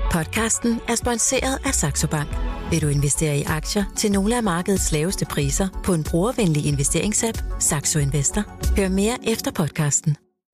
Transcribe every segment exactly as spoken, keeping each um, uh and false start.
Podcasten er sponsoreret af Saxo Bank. Vil du investere i aktier til nogle af markedets laveste priser på en brugervenlig investeringsapp, Saxo Investor? Hør mere efter podcasten.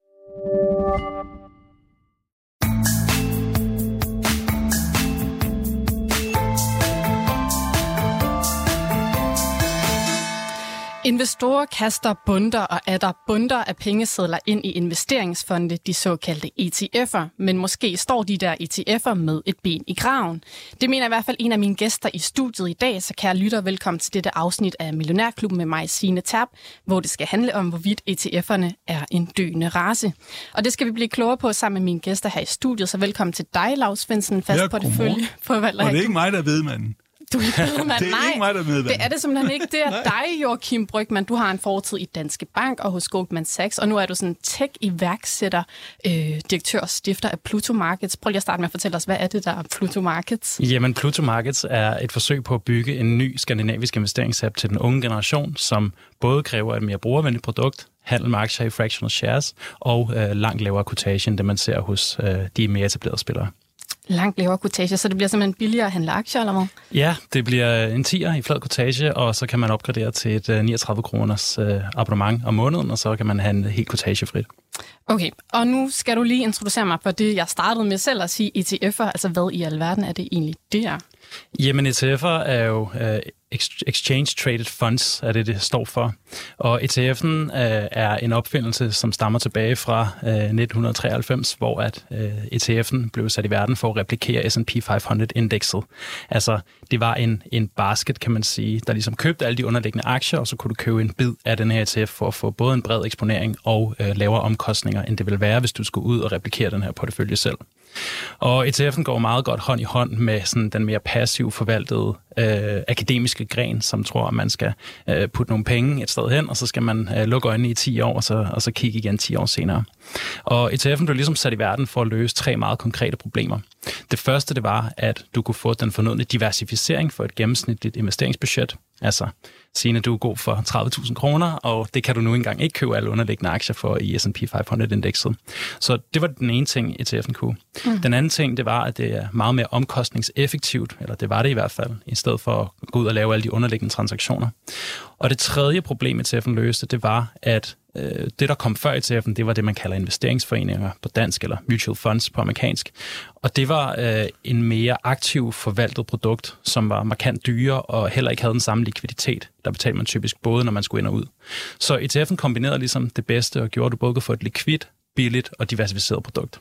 Investorer kaster bundter og atter bundter af pengesedler ind i investeringsfonde, de såkaldte E T F'er. Men måske står de der E T F'er med et ben i graven. Det mener i hvert fald en af mine gæster i studiet i dag, så kære lytter, velkommen til dette afsnit af Millionærklubben med mig, Signe Terp, hvor det skal handle om, hvorvidt E T F'erne er en døende race. Og det skal vi blive klogere på sammen med mine gæster her i studiet, så velkommen til dig, Laus Svendsen, fast ja, portefølje. Og det er ikke mig, der ved, manden. Du er bedemand. Det er Nej, ikke mig, der ved, det er det simpelthen ikke. Det er dig, Joachim Brygmann. Du har en fortid i Danske Bank og hos Goldman Sachs, og nu er du sådan tech-iværksætter, øh, direktør og stifter af Pluto Markets. Prøv lige at starte med at fortælle os, hvad er det, der er Pluto Markets? Jamen, Pluto Markets er et forsøg på at bygge en ny skandinavisk investeringsapp til den unge generation, som både kræver et mere brugervenligt produkt, handel med aktier i fractional shares og øh, langt lavere quotation, end det man ser hos øh, de mere etablerede spillere. Langt lavere quotage, så det bliver simpelthen billigere at handle aktier, eller hvad? Ja, det bliver en tier i flad quotage, og så kan man opgradere til et niogtredive kroners øh, abonnement om måneden, og så kan man handle helt quotagefrit. Okay, og nu skal du lige introducere mig for det, jeg startede med selv at sige E T F'er. Altså, hvad i alverden er det egentlig, det er? Jamen, E T F'er er jo øh, Exchange Traded Funds, er det, det står for. Og E T F'en øh, er en opfindelse, som stammer tilbage fra øh, nitten treoghalvfems, hvor at øh, E T F'en blev sat i verden for at replikere S and P fem hundrede-indekset. Altså, det var en, en basket, kan man sige, der ligesom købte alle de underliggende aktier, og så kunne du købe en bid af den her E T F for at få både en bred eksponering og øh, lavere omkostninger, end det ville være, hvis du skulle ud og replikere den her portefølje selv. Og E T F'en går meget godt hånd i hånd med sådan den mere passiv forvaltede øh, akademiske gren, som tror, at man skal øh, putte nogle penge et sted hen, og så skal man øh, lukke øjnene i ti år, og så, og så kigge igen ti år senere. Og E T F'en blev ligesom sat i verden for at løse tre meget konkrete problemer. Det første, det var, at du kunne få den fornødne diversificering for et gennemsnitligt investeringsbudget. Altså, Signe, du er god for tredive tusind kroner, og det kan du nu engang ikke købe alle underliggende aktier for i S and P fem hundrede-indekset. Så det var den ene ting, E T F'en kunne. Mm. Den anden ting, det var, at det er meget mere omkostningseffektivt, eller det var det i hvert fald, i stedet for at gå ud og lave alle de underliggende transaktioner. Og det tredje problem, E T F'en løste, det var, at øh, det, der kom før E T F'en, det var det, man kalder investeringsforeninger på dansk, eller mutual funds på amerikansk. Og det var øh, en mere aktiv forvaltet produkt, som var markant dyrere og heller ikke havde den samme likviditet. Der betalte man typisk både, når man skulle ind og ud. Så E T F'en kombinerede ligesom det bedste og gjorde, at du både kunne få et likvidt, billigt og diversificeret produkt.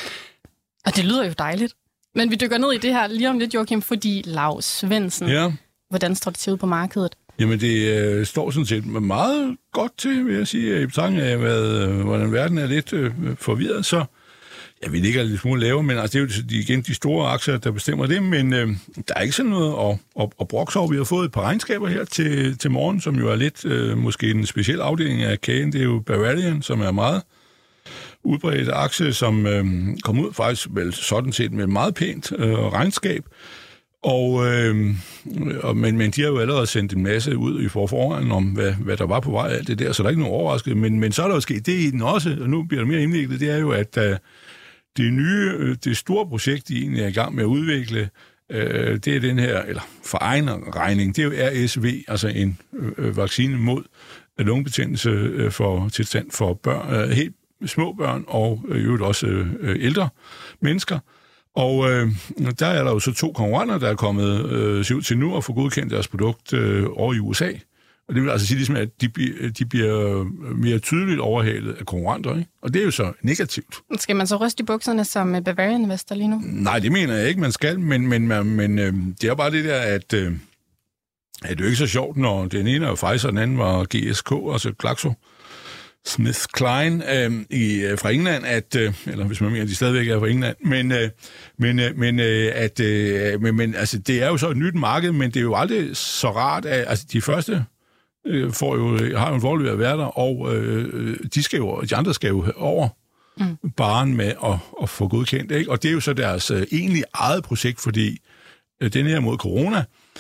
Og det lyder jo dejligt. Men vi dykker ned i det her lige om lidt, Joachim, fordi Laus Svendsen, ja. Hvordan står det til ud på markedet? Jamen, det øh, står sådan set meget godt til, vil jeg sige, i betragtning af, hvad, øh, hvordan verden er lidt øh, forvirret, så ja, vi ligger lidt smule lavere, men altså, det er jo de, igen de store aktier, der bestemmer det, men øh, der er ikke sådan noget at, at, at brokse over. Vi har fået et par regnskaber her til, til morgen, som jo er lidt øh, måske en speciel afdeling af kagen. Det er jo Bavarian, som er meget udbredt aktie, som øh, kom ud faktisk vel sådan set med meget pænt øh, regnskab. Og, øh, og, men, men de har jo allerede sendt en masse ud i forforan om, hvad, hvad der var på vej, alt det der, så der er ikke nogen overraskelse. Men, men så er der jo sket det i den også, og nu bliver det mere indviklet, det er jo, at uh, det nye, det store projekt, de egentlig er i gang med at udvikle, uh, det er den her, eller for egen regning, det er jo R S V, altså en uh, vaccine mod lungebetændelse uh, for tilstand for børn, uh, helt små børn og i øvrigt også uh, ældre mennesker. Og øh, der er der jo så to konkurrenter, der er kommet øh, ud til nu og få godkendt deres produkt øh, over i U S A. Og det vil altså sige, ligesom, at de, de bliver mere tydeligt overhalet af konkurrenter, ikke? Og det er jo så negativt. Skal man så ryste i bukserne som Bavarian Investor lige nu? Nej, det mener jeg ikke, man skal, men, men, men øh, det er bare det der, at, øh, at det er jo ikke så sjovt, når den ene er Pfizer, og den anden var G S K, altså Glaxo Smith Kline øh, i, fra England, at, øh, eller hvis man mener, at de stadigvæk er fra England, men, øh, men, øh, men, øh, at, øh, men, men altså, det er jo så et nyt marked, men det er jo aldrig så rart, at altså, de første øh, får jo, har jo en forløb af værter, og øh, de, skal jo, de andre skal jo over mm. baren med at, at få godkendt, ikke? Og det er jo så deres øh, egentlig eget projekt, fordi øh, den her mod corona,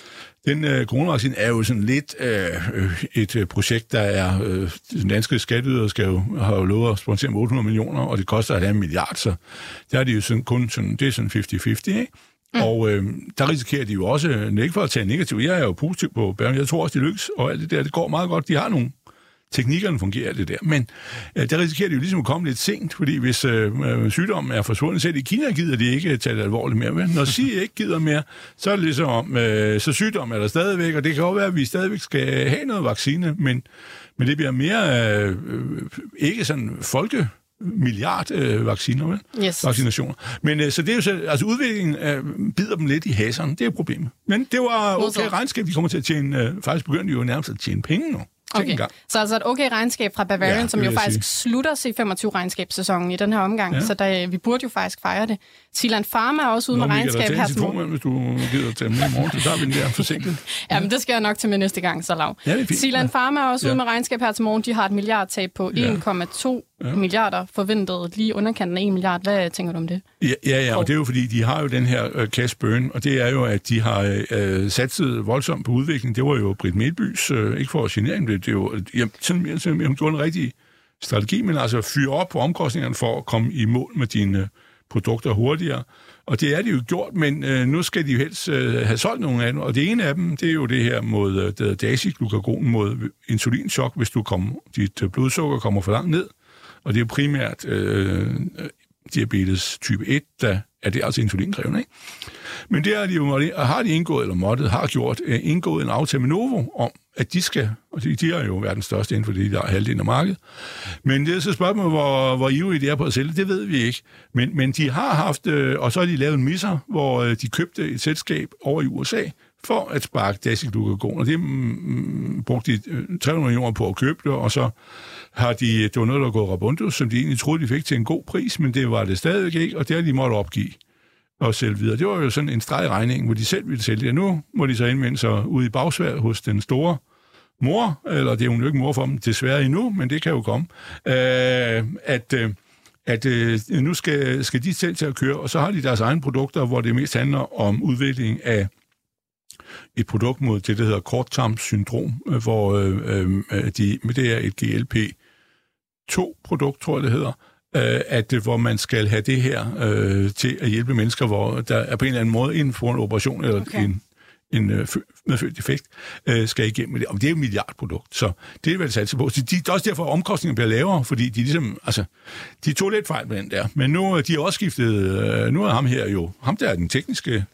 Den øh, coronavaccine er jo sådan lidt øh, et øh, projekt, der er... Øh, den danske skatteyder skal jo, har jo lovet at sponsere med otte hundrede millioner, og det koster et milliard, så der er det jo sådan, kun sådan, det er sådan halvtreds halvtreds, ikke? Mm. Og øh, der risikerer de jo også, ikke for at tage negativt, jeg er jo positiv på Bæren, jeg tror også, det lykkes, og alt det der, det går meget godt, de har nogle teknikkerne fungerer det der, men øh, der risikerer de jo ligesom at komme lidt sent, fordi hvis øh, sygdommen er forsvundet, selv i Kina gider de ikke tage det alvorligt mere. Men når sige ikke gider mere, så er det ligesom om, øh, så sygdommen er der stadigvæk, og det kan jo være, at vi stadigvæk skal have noget vaccine, men, men det bliver mere øh, ikke sådan folke milliard øh, vacciner, vel? Yes. Vaccinationer. Men øh, så det er jo så, altså udviklingen øh, bider dem lidt i haserne, det er problemet. Men det var okay regnskab, de kommer til at tjene, øh, faktisk begyndte de jo nærmest at tjene penge nu. Okay, så altså et okay regnskab fra Bavarian, ja, som jo faktisk sige. slutter C femogtyve-regnskabssæsonen i den her omgang, ja. så der, vi burde jo faktisk fejre det. Zealand Pharma er også ude Nå, med regnskab her til morgen. Hvis du gider til med i morgen, så tager vi den der forsinket. Ja, men det skal jeg nok til med næste gang, så lav. Ja, Zealand ja. Pharma er også ja. ude med regnskab her til morgen. De har et milliardtab på ja. en komma to ja. milliarder forventet, lige underkanten af en milliard. Hvad tænker du om det? Ja, ja, ja og det er jo fordi, de har jo den her uh, cash burn, og det er jo, at de har uh, satset voldsomt på udvikling. Det var jo Britt Melbys, uh, ikke for at genere dem, det er jo, ja, sådan, sådan, hun gjorde en rigtig strategi, men altså fyre op på omkostningerne for at komme i mål med dine uh, produkter hurtigere. Og det er de jo gjort, men øh, nu skal de jo helst øh, have solgt nogle af dem. Og det ene af dem, det er jo det her mod øh, dasiglukagon, mod insulinchok, hvis du kommer, dit øh, blodsukker kommer for langt ned. Og det er primært øh, diabetes type et, der er det altså insulinkrævende, ikke? Men det er de jo, har de indgået, eller måttet, har gjort, øh, indgået en aftale med Novo om, at de skal, og de, de er jo verdens største inden for det, der er halvdelen af markedet. Men det er så spørgsmålet, hvor, hvor ivrige de er på at sælge, det ved vi ikke. Men, men de har haft, øh, og så har de lavet en misser, hvor øh, de købte et selskab over i U S A, for at sparke dasiglukagon, og det mm, brugte de tre hundrede millioner på at købe det, og så har de, det var noget, der var gået rabundus, som de egentlig troede, de fik til en god pris, men det var det stadigvæk ikke, og det har de måtte opgive og sælge videre. Det var jo sådan en streg regning, hvor de selv ville sælge det. Nu må de så indvende sig ude i bagsvær hos den store mor, eller det er jo ikke mor for dem, desværre endnu, men det kan jo komme, øh, at, øh, at øh, nu skal, skal de selv til at køre, og så har de deres egne produkter, hvor det mest handler om udvikling af et produkt mod det, der hedder korttarmssyndrom, hvor øh, øh, de, det er et G L P to produkt, tror jeg det hedder, øh, at hvor man skal have det her øh, til at hjælpe mennesker, hvor der er på en eller anden måde inden for en operation eller okay. en, en øh, medfødt defekt, øh, skal igennem det. Og det er et milliardprodukt, så det er vel sat på. Det er også derfor, at omkostningerne bliver lavere, fordi de ligesom, altså, de tog lidt fejl med den der. Men nu de har også skiftet, øh, nu er ham her jo, ham der er den tekniske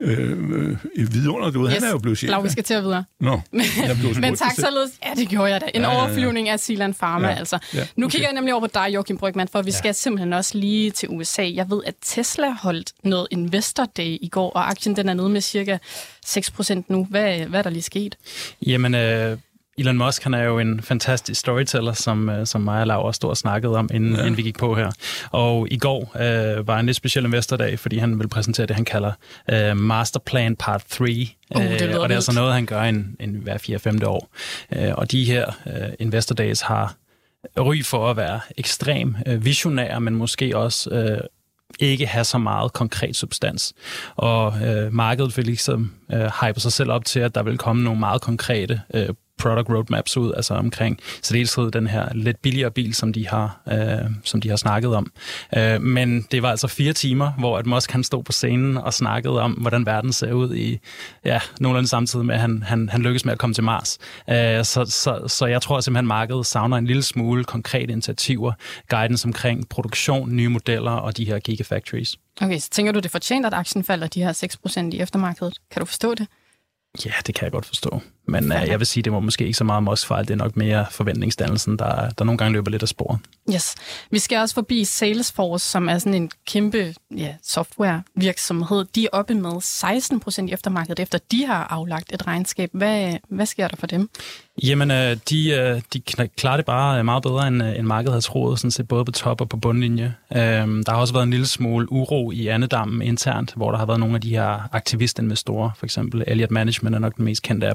Øh, øh, vidunder, du ved, yes. Han er jo blevet chef. Lav, vi skal til at videre. Nå, men tak således. Ja, det gjorde jeg da. En ja, overflyvning af Zealand Pharma, ja, altså. Ja, okay. Nu kigger jeg nemlig over på dig, Joachim Brygmann, for vi ja. skal simpelthen også lige til U S A. Jeg ved, at Tesla holdt noget Investor Day i går, og aktien den er nede med cirka seks procent nu. Hvad, hvad er der lige sket? Jamen, øh Elon Musk, han er jo en fantastisk storyteller, som, som mig og Laura stod og snakkede om, inden, ja. inden vi gik på her. Og i går øh, var en lidt speciel investordag, fordi han vil præsentere det, han kalder øh, Masterplan Part tre. Oh, det øh, og det er altså noget, han gør en, en hver fire-femte år. Øh, og de her øh, Investor Days har ry for at være ekstrem øh, visionære, men måske også øh, ikke have så meget konkret substans. Og øh, markedet vil ligesom øh, hype sig selv op til, at der vil komme nogle meget konkrete øh, product roadmaps ud, altså omkring særdeleshed den her lidt billigere bil, som de har, øh, som de har snakket om. Øh, men det var altså fire timer, hvor at Musk han stod på scenen og snakkede om, hvordan verden ser ud i, ja, nogenlunde samtidig med, at han, han, han lykkes med at komme til Mars. Øh, så, så, så jeg tror simpelthen, markedet savner en lille smule konkrete initiativer, guidance omkring produktion, nye modeller og de her gigafactories. Okay, så tænker du, det fortjener, at aktien falder de her seks procent i eftermarkedet? Kan du forstå det? Ja, det kan jeg godt forstå. Men uh, jeg vil sige, det var måske ikke så meget Musk fejl. Det er nok mere forventningsdannelsen, der, der nogle gange løber lidt af sporet. Yes. Vi skal også forbi Salesforce, som er sådan en kæmpe ja, software-virksomhed. De er oppe med seksten procent i eftermarkedet, efter de har aflagt et regnskab. Hvad, hvad sker der for dem? Jamen, de, de klarer det bare meget bedre, end, end markedet havde troet, sådan set både på top og på bundlinje. Der har også været en lille smule uro i andedammen internt, hvor der har været nogle af de her aktivistinvestorer, for eksempel Elliott Management er nok den mest kendte af dem,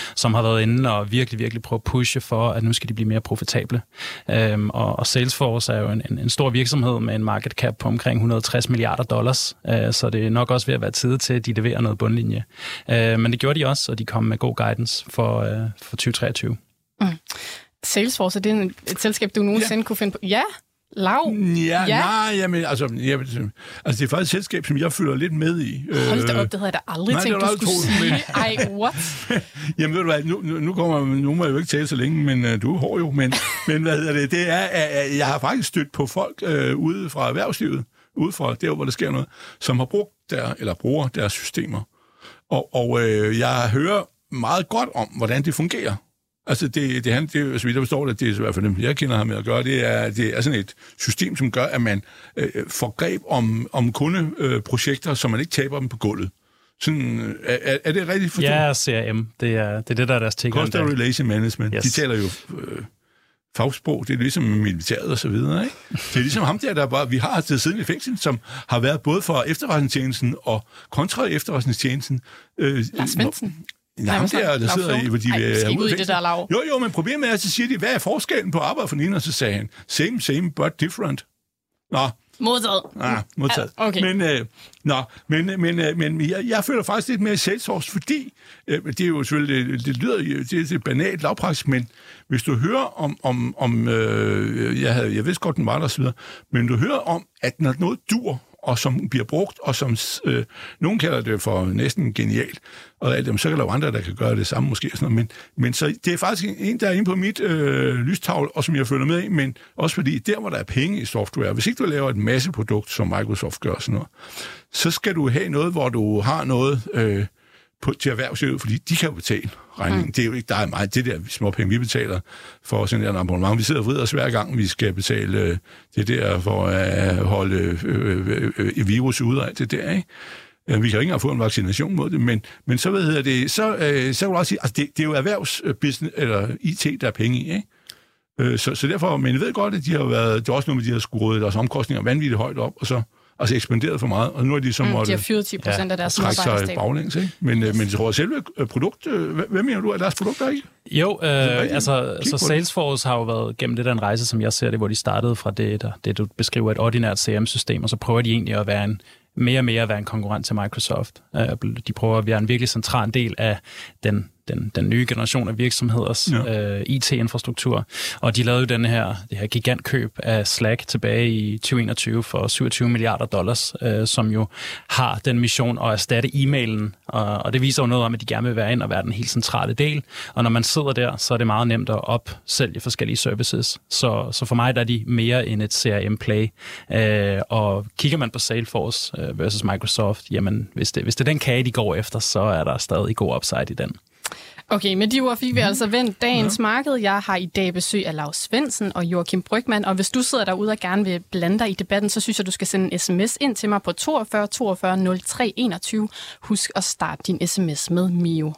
som har været inde og virkelig, virkelig prøve at pushe for, at nu skal de blive mere profitable. Øhm, og, og Salesforce er jo en, en, en stor virksomhed med en market cap på omkring et hundrede og tres milliarder dollars, øh, så det er nok også ved at være tid til, at de leverer noget bundlinje. Øh, men det gjorde de også, og de kom med god guidance for, øh, for tyve treogtyve. Mm. Salesforce, er det en, et selskab, du nogensinde ja. kunne finde på? Ja, Lav? Ja, ja. nej, jamen, altså, jeg, altså, det er faktisk et selskab, som jeg følger lidt med i. Hold da op, det havde jeg da aldrig nej, tænkt, du skulle sige. Men... Ej, what? Jamen, ved du hvad, nu, nu kommer nu må jeg jo ikke tale så længe, men uh, du er hård jo, men, men hvad hedder det, det er, at jeg har faktisk stødt på folk uh, ude fra erhvervslivet, ude fra der, hvor der sker noget, som har brugt der, eller bruger deres systemer. Og, og uh, jeg hører meget godt om, hvordan det fungerer. Altså, det, det, han, det, så vidt jeg forstår det, det er i hvert fald dem, jeg kender ham med at gøre, det er, det er sådan et system, som gør, at man øh, får greb om, om kundeprojekter, øh, så man ikke taber dem på gulvet. Sådan, er, er det rigtigt forstået? Ja, C R M. Det er det, er det der er deres ting. Customer Relation Management. Yes. De taler jo øh, fagsprog. Det er ligesom militæret og så videre, ikke? Det er ligesom ham der, der bare, vi har til siden i fængsel, som har været både for efterretningstjenesten og kontra efterretningstjenesten. Øh, Lars Svendsen. Nej, ham der, der sidder i, hvor de er ude i det der lav. Jo, jo, men problemet er, at så siger de, hvad er forskellen på arbejde for den ene, og så sagde han, same, same, but different. Nå. Modtaget. Nej, modtaget. Ja, okay. Men, øh, nå, men, men, øh, men jeg, jeg føler faktisk lidt mere i Salesforce, fordi øh, det er jo selvfølgelig, det, det lyder det er, det er banalt lavpraktisk, men hvis du hører om, om, om øh, jeg, havde, jeg vidste godt, den var der og så videre, men du hører om, at når noget dur, og som bliver brugt, og som øh, nogen kalder det for næsten genialt, og alt dem, så kan der jo andre, der kan gøre det samme måske. Sådan noget. Men, men så det er faktisk en, der er inde på mit øh, lystavle, og som jeg følger med i, men også fordi der, hvor der er penge i software, hvis ikke du laver et masse produkt, som Microsoft gør sådan noget, så skal du have noget, hvor du har noget øh, på, til erhvervslivet, fordi de kan jo betale regningen. Mm. Det er jo ikke, der er meget det der små penge, vi betaler for sådan en abonnement. Vi sidder og vrider os hver gang, vi skal betale øh, det der for at holde øh, øh, øh, virus ude af det der, ikke? Vi kan jo ikke engang få en vaccination mod det, men, men så, hvad hedder det, så, øh, så kan du også sige, altså det, det er jo erhvervsbusiness, eller I T, der er penge i, ikke? Øh, så, så derfor, men jeg ved godt, at de har været, det er også noget med, de har skruet deres omkostninger vanvittigt højt op, og så altså ekspanderet for meget, og nu er de så mm, måtte de har fyret ti procent ja, af deres medarbejderstab. Baglæns, ikke? Men, yes. men jeg tror, at selve produkt, hvad mener du, at deres produkter er i? Jo, øh, altså, altså Salesforce har jo været gennem det der en rejse, som jeg ser det, hvor de startede fra det, der, det du beskriver et ordinært C R M-system, og så prøver de egentlig at være en mere og mere at være en konkurrent til Microsoft. De prøver at være en virkelig central del af den Den, den nye generation af virksomheders ja. øh, I T-infrastruktur. Og de lavede jo den her, det her gigantkøb af Slack tilbage i tyve enogtyve for syvogtyve milliarder dollars, øh, som jo har den mission at erstatte e-mailen. Og, og det viser jo noget om, at de gerne vil være ind og være den helt centrale del. Og når man sidder der, så er det meget nemt at opsælge forskellige services. Så, så for mig der er de mere end et C R M-play. Øh, og kigger man på Salesforce øh, versus Microsoft, jamen hvis det, hvis det er den kage, de går efter, så er der stadig god upside i den. Okay, med de ord fik vi altså vendt dagens ja. marked. Jeg har i dag besøg af Lars Svendsen og Joachim Brygmann, og hvis du sidder derude og gerne vil blande dig i debatten, så synes jeg, du skal sende en sms ind til mig på toogfyrre toogfyrre nul tre enogtyve. Husk at starte din sms med Mio.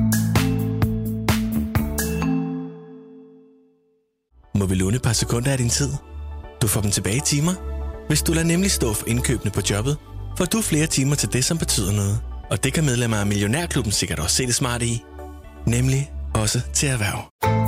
Må vi låne et par sekunder af din tid? Du får dem tilbage i timer. Hvis du lader nemlig stå for indkøbene på jobbet, får du flere timer til det, som betyder noget. Og det kan medlemmer af Millionærklubben sikkert også se det smarte i. Nemlig også til erhverv.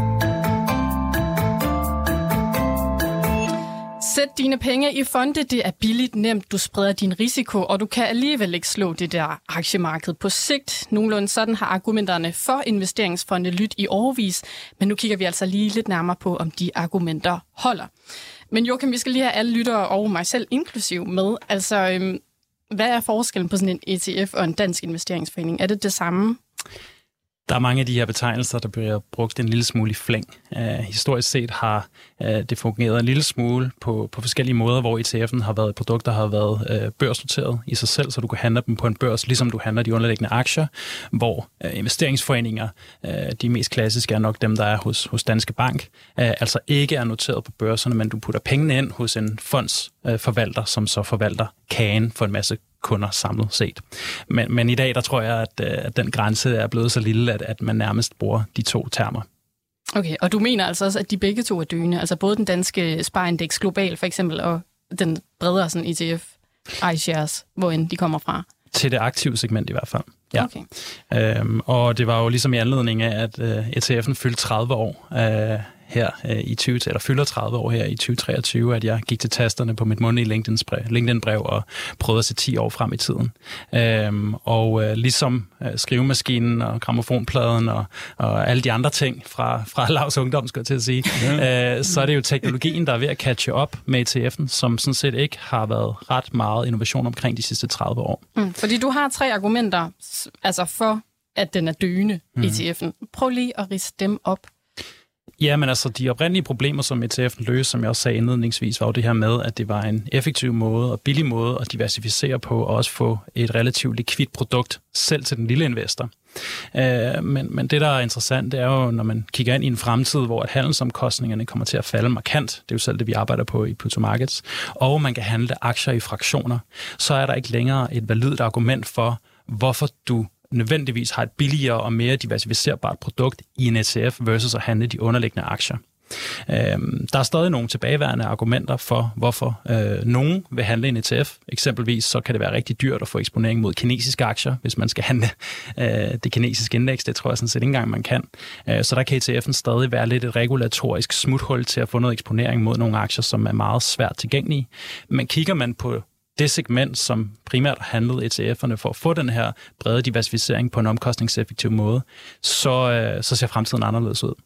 Sæt dine penge i fonde, det er billigt, nemt, du spreder din risiko, og du kan alligevel ikke slå det der aktiemarked på sigt. Nogenlunde sådan har argumenterne for investeringsfonde lyttet i årevis, men nu kigger vi altså lige lidt nærmere på, om de argumenter holder. Men Joachim, vi skal lige have alle lyttere og mig selv inklusiv med. Altså, øhm, hvad er forskellen på sådan en E T F og en dansk investeringsforening? Er det det samme? Der er mange af de her betegnelser, der bliver brugt en lille smule i flæng. Uh, historisk set har uh, det fungeret en lille smule på, på forskellige måder, hvor E T F'en har været produkter, har været uh, børsnoteret i sig selv, så du kan handle dem på en børs, ligesom du handler de underliggende aktier, hvor uh, investeringsforeninger, uh, de mest klassiske er nok dem, der er hos, hos Danske Bank, uh, altså ikke er noteret på børserne, men du putter pengene ind hos en fondsforvalter, uh, som så forvalter kagen for en masse kunder samlet set. Men, men i dag, der tror jeg, at, at den grænse er blevet så lille, at, at man nærmest bruger de to termer. Okay, og du mener altså også, at de begge to er døende, altså både den danske Spareindex Global for eksempel, og den bredere sådan E T F iShares, hvor end de kommer fra? Til det aktive segment i hvert fald. Ja. Okay. Øhm, og det var jo ligesom i anledning af, at øh, E T F'en fyldte tredive år øh, her øh, i tyve, eller fylder tredive år her i tyve treogtyve, at jeg gik til tasterne på mit månedlige LinkedIn-brev, LinkedIn-brev og prøvede at se ti år frem i tiden. Øhm, og øh, ligesom øh, skrivemaskinen og grammofonpladen og, og alle de andre ting fra, fra Lavs ungdom, skal jeg til at sige, ja. øh, så er det jo teknologien, der er ved at catche op med E T F'en, som sådan set ikke har været ret meget innovation omkring de sidste tredive år. Mm, fordi du har tre argumenter altså for, at den er døende, mm. E T F'en. Prøv lige at ridse dem op. Ja, men altså de oprindelige problemer, som E T F'en løste, som jeg også sagde indledningsvis, var jo det her med, at det var en effektiv måde og billig måde at diversificere på, og også få et relativt likvidt produkt selv til den lille investor. Øh, men, men det, der er interessant, det er jo, når man kigger ind i en fremtid, hvor at handelsomkostningerne kommer til at falde markant, det er jo selv det, vi arbejder på i Pluto Markets, og man kan handle aktier i fraktioner, så er der ikke længere et validt argument for, hvorfor du nødvendigvis har et billigere og mere diversificerbart produkt i en E T F versus at handle de underliggende aktier. Øhm, der er stadig nogle tilbageværende argumenter for, hvorfor øh, nogen vil handle en E T F. Eksempelvis så kan det være rigtig dyrt at få eksponering mod kinesiske aktier, hvis man skal handle øh, det kinesiske indeks. Det tror jeg sådan set ikke engang, man kan. Øh, så der kan E T F'en stadig være lidt et regulatorisk smuthul til at få noget eksponering mod nogle aktier, som er meget svært tilgængelige. Men kigger man på det segment, som primært handlede E T F'erne for at få den her brede diversificering på en omkostningseffektiv måde, så, øh, så ser fremtiden anderledes ud.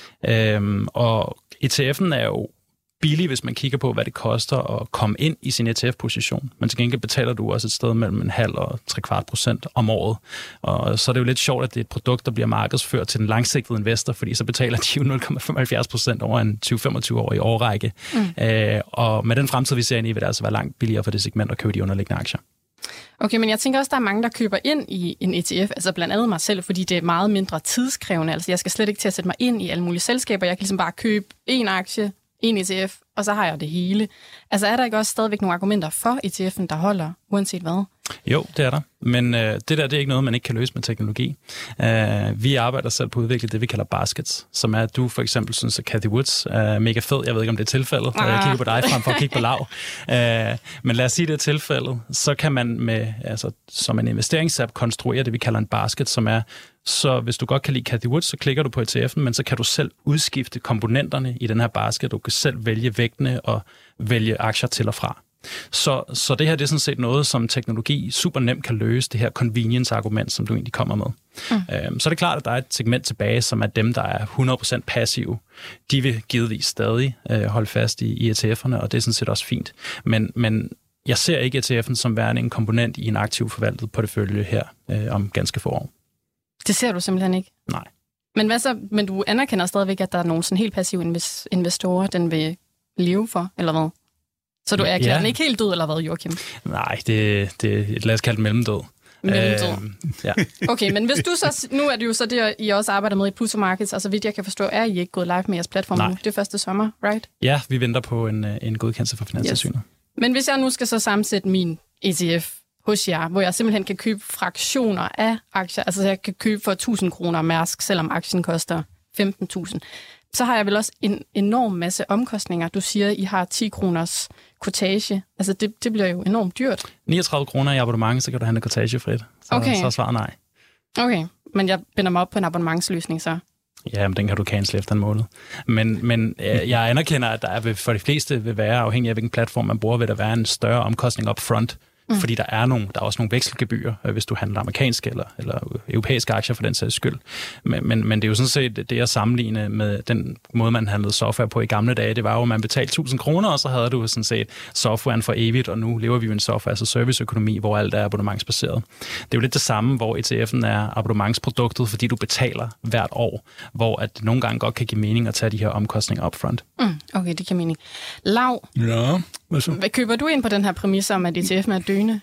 Øhm, og E T F'en er jo billig, hvis man kigger på, hvad det koster at komme ind i sin E T F-position. Men til gengæld betaler du også et sted mellem en halv og tre kvart procent om året. Og så er det jo lidt sjovt, at det er et produkt, der bliver markedsført til den langsigtede investor, fordi så betaler de jo nul komma femoghalvfjerds procent over en tyve til femogtyve år i årrække. Mm. Øh, og med den fremtid, vi ser ind i, vil det altså være langt billigere for det segment at købe de underliggende aktier. Okay, men jeg tænker også, der er mange, der køber ind i en E T F, altså blandt andet mig selv, fordi det er meget mindre tidskrævende. Altså jeg skal slet ikke til at sætte mig ind i alle mulige selskaber. Jeg kan ligesom bare købe en aktie, en E T F, og så har jeg det hele. Altså er der ikke også stadigvæk nogle argumenter for E T F'en, der holder, uanset hvad? Jo, det er der. Men øh, det der, det er ikke noget, man ikke kan løse med teknologi. Uh, vi arbejder selv på at udvikle det, vi kalder baskets, som er, at du for eksempel synes, at Cathie Woods er mega fed. Jeg ved ikke, om det er tilfældet. Ah. Jeg kigger på dig frem for at kigge på Lav. Uh, men lad os sige, det er tilfældet. Så kan man med, altså, som en investeringsapp konstruere det, vi kalder en basket, som er, så hvis du godt kan lide Cathie Woods, så klikker du på E T F'en, men så kan du selv udskifte komponenterne i den her basket. Du kan selv vælge vægtene og vælge aktier til og fra. Så, så det her det er sådan set noget, som teknologi super nemt kan løse, det her convenience-argument, som du egentlig kommer med. Mm. Øhm, så er det klart, at der er et segment tilbage, som er dem, der er hundrede procent passive. De vil givetvis stadig øh, holde fast i, i E T F'erne, og det er sådan set også fint. Men, men jeg ser ikke E T F'en som værende en komponent i en aktiv forvaltet portefølje her øh, om ganske få år. Det ser du simpelthen ikke? Nej. Men hvad så? Men du anerkender stadigvæk, at der er nogle sådan helt passive investorer, den vil leve for, eller hvad? Så du erklærer ja. den ikke helt død, eller hvad, Joachim? Nej, det, det lad os kalde det mellemdød. Mellemdød. Øh, ja. Okay, men hvis du så, nu er det jo så det, I også arbejder med i Pluto Markets, og så vidt jeg kan forstå, er I ikke gået live med jeres platform Nej. nu? Det er første sommer, right? Ja, vi venter på en, en godkendelse fra Finanstilsynet. Yes. Men hvis jeg nu skal så sammensætte min E T F hos jer, hvor jeg simpelthen kan købe fraktioner af aktier, altså jeg kan købe for tusind kroner Mærsk, selvom aktien koster femten tusind, så har jeg vel også en enorm masse omkostninger. Du siger, I har ti kroners kortage. Altså, det, det bliver jo enormt dyrt. niogtredive kroner i abonnement, så kan du handle kortagefrit. Så, okay. så er svaret nej. Okay, men jeg binder mig op på en abonnementsløsning så. Ja, men den kan du cancel efter en måned. Men, men øh, jeg anerkender, at der er, for de fleste vil være, afhængig af hvilken platform man bruger, vil der være en større omkostning up front. Mm. Fordi der er, nogle, der er også nogle vekselgebyrer, hvis du handler amerikanske eller, eller europæiske aktier for den sags skyld. Men, men, men det er jo sådan set det at sammenligne med den måde, man handlede software på i gamle dage. Det var jo, at man betalte tusind kroner, og så havde du sådan set softwaren for evigt, og nu lever vi jo en software, altså serviceøkonomi, hvor alt er abonnementsbaseret. Det er jo lidt det samme, hvor E T F'en er abonnementsproduktet, fordi du betaler hvert år, hvor at nogle gange godt kan give mening at tage de her omkostninger upfront. Mm, okay, det giver mening. Lav, ja, hvad så? Hvad køber du ind på den her præmis om, at E T F'en er døende?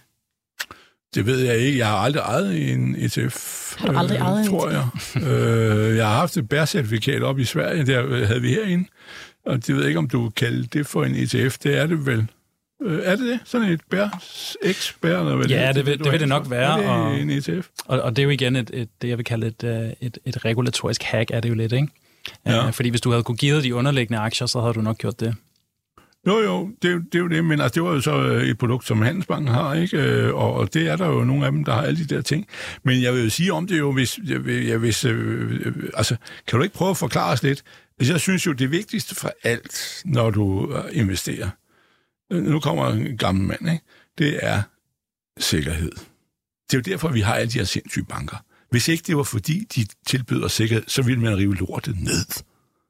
Det ved jeg ikke. Jeg har aldrig ejet en E T F. Har du aldrig øh, ejet en tror jeg. øh, jeg har haft et bærcertifikat op i Sverige, der havde vi herinde. Og det ved jeg ikke, om du kalder det for en E T F. Det er det vel. Øh, er det det? Sådan et bær, X-bær? Eller hvad ja, det, det, vil, det vil det nok være. Det og, en E T F? Og, og det er jo igen et, et, det, jeg vil kalde et, et, et regulatorisk hack, er det jo lidt, ikke? Ja. Uh, fordi hvis du havde kunne give de underliggende aktier, så havde du nok gjort det. Jo, jo, det er jo det, er jo det. Men altså, det var jo så et produkt, som Handelsbanken har, ikke? Og, og det er der jo nogle af dem, der har alle de der ting. Men jeg vil jo sige om det jo, hvis... Jeg, jeg, hvis øh, altså, kan du ikke prøve at forklare os lidt? Jeg synes jo, det vigtigste for alt, når du investerer, nu kommer en gammel mand, ikke? Det er sikkerhed. Det er jo derfor, vi har alle de her sindssyge banker. Hvis ikke det var fordi, de tilbyder sikkerhed, så ville man rive lortet ned.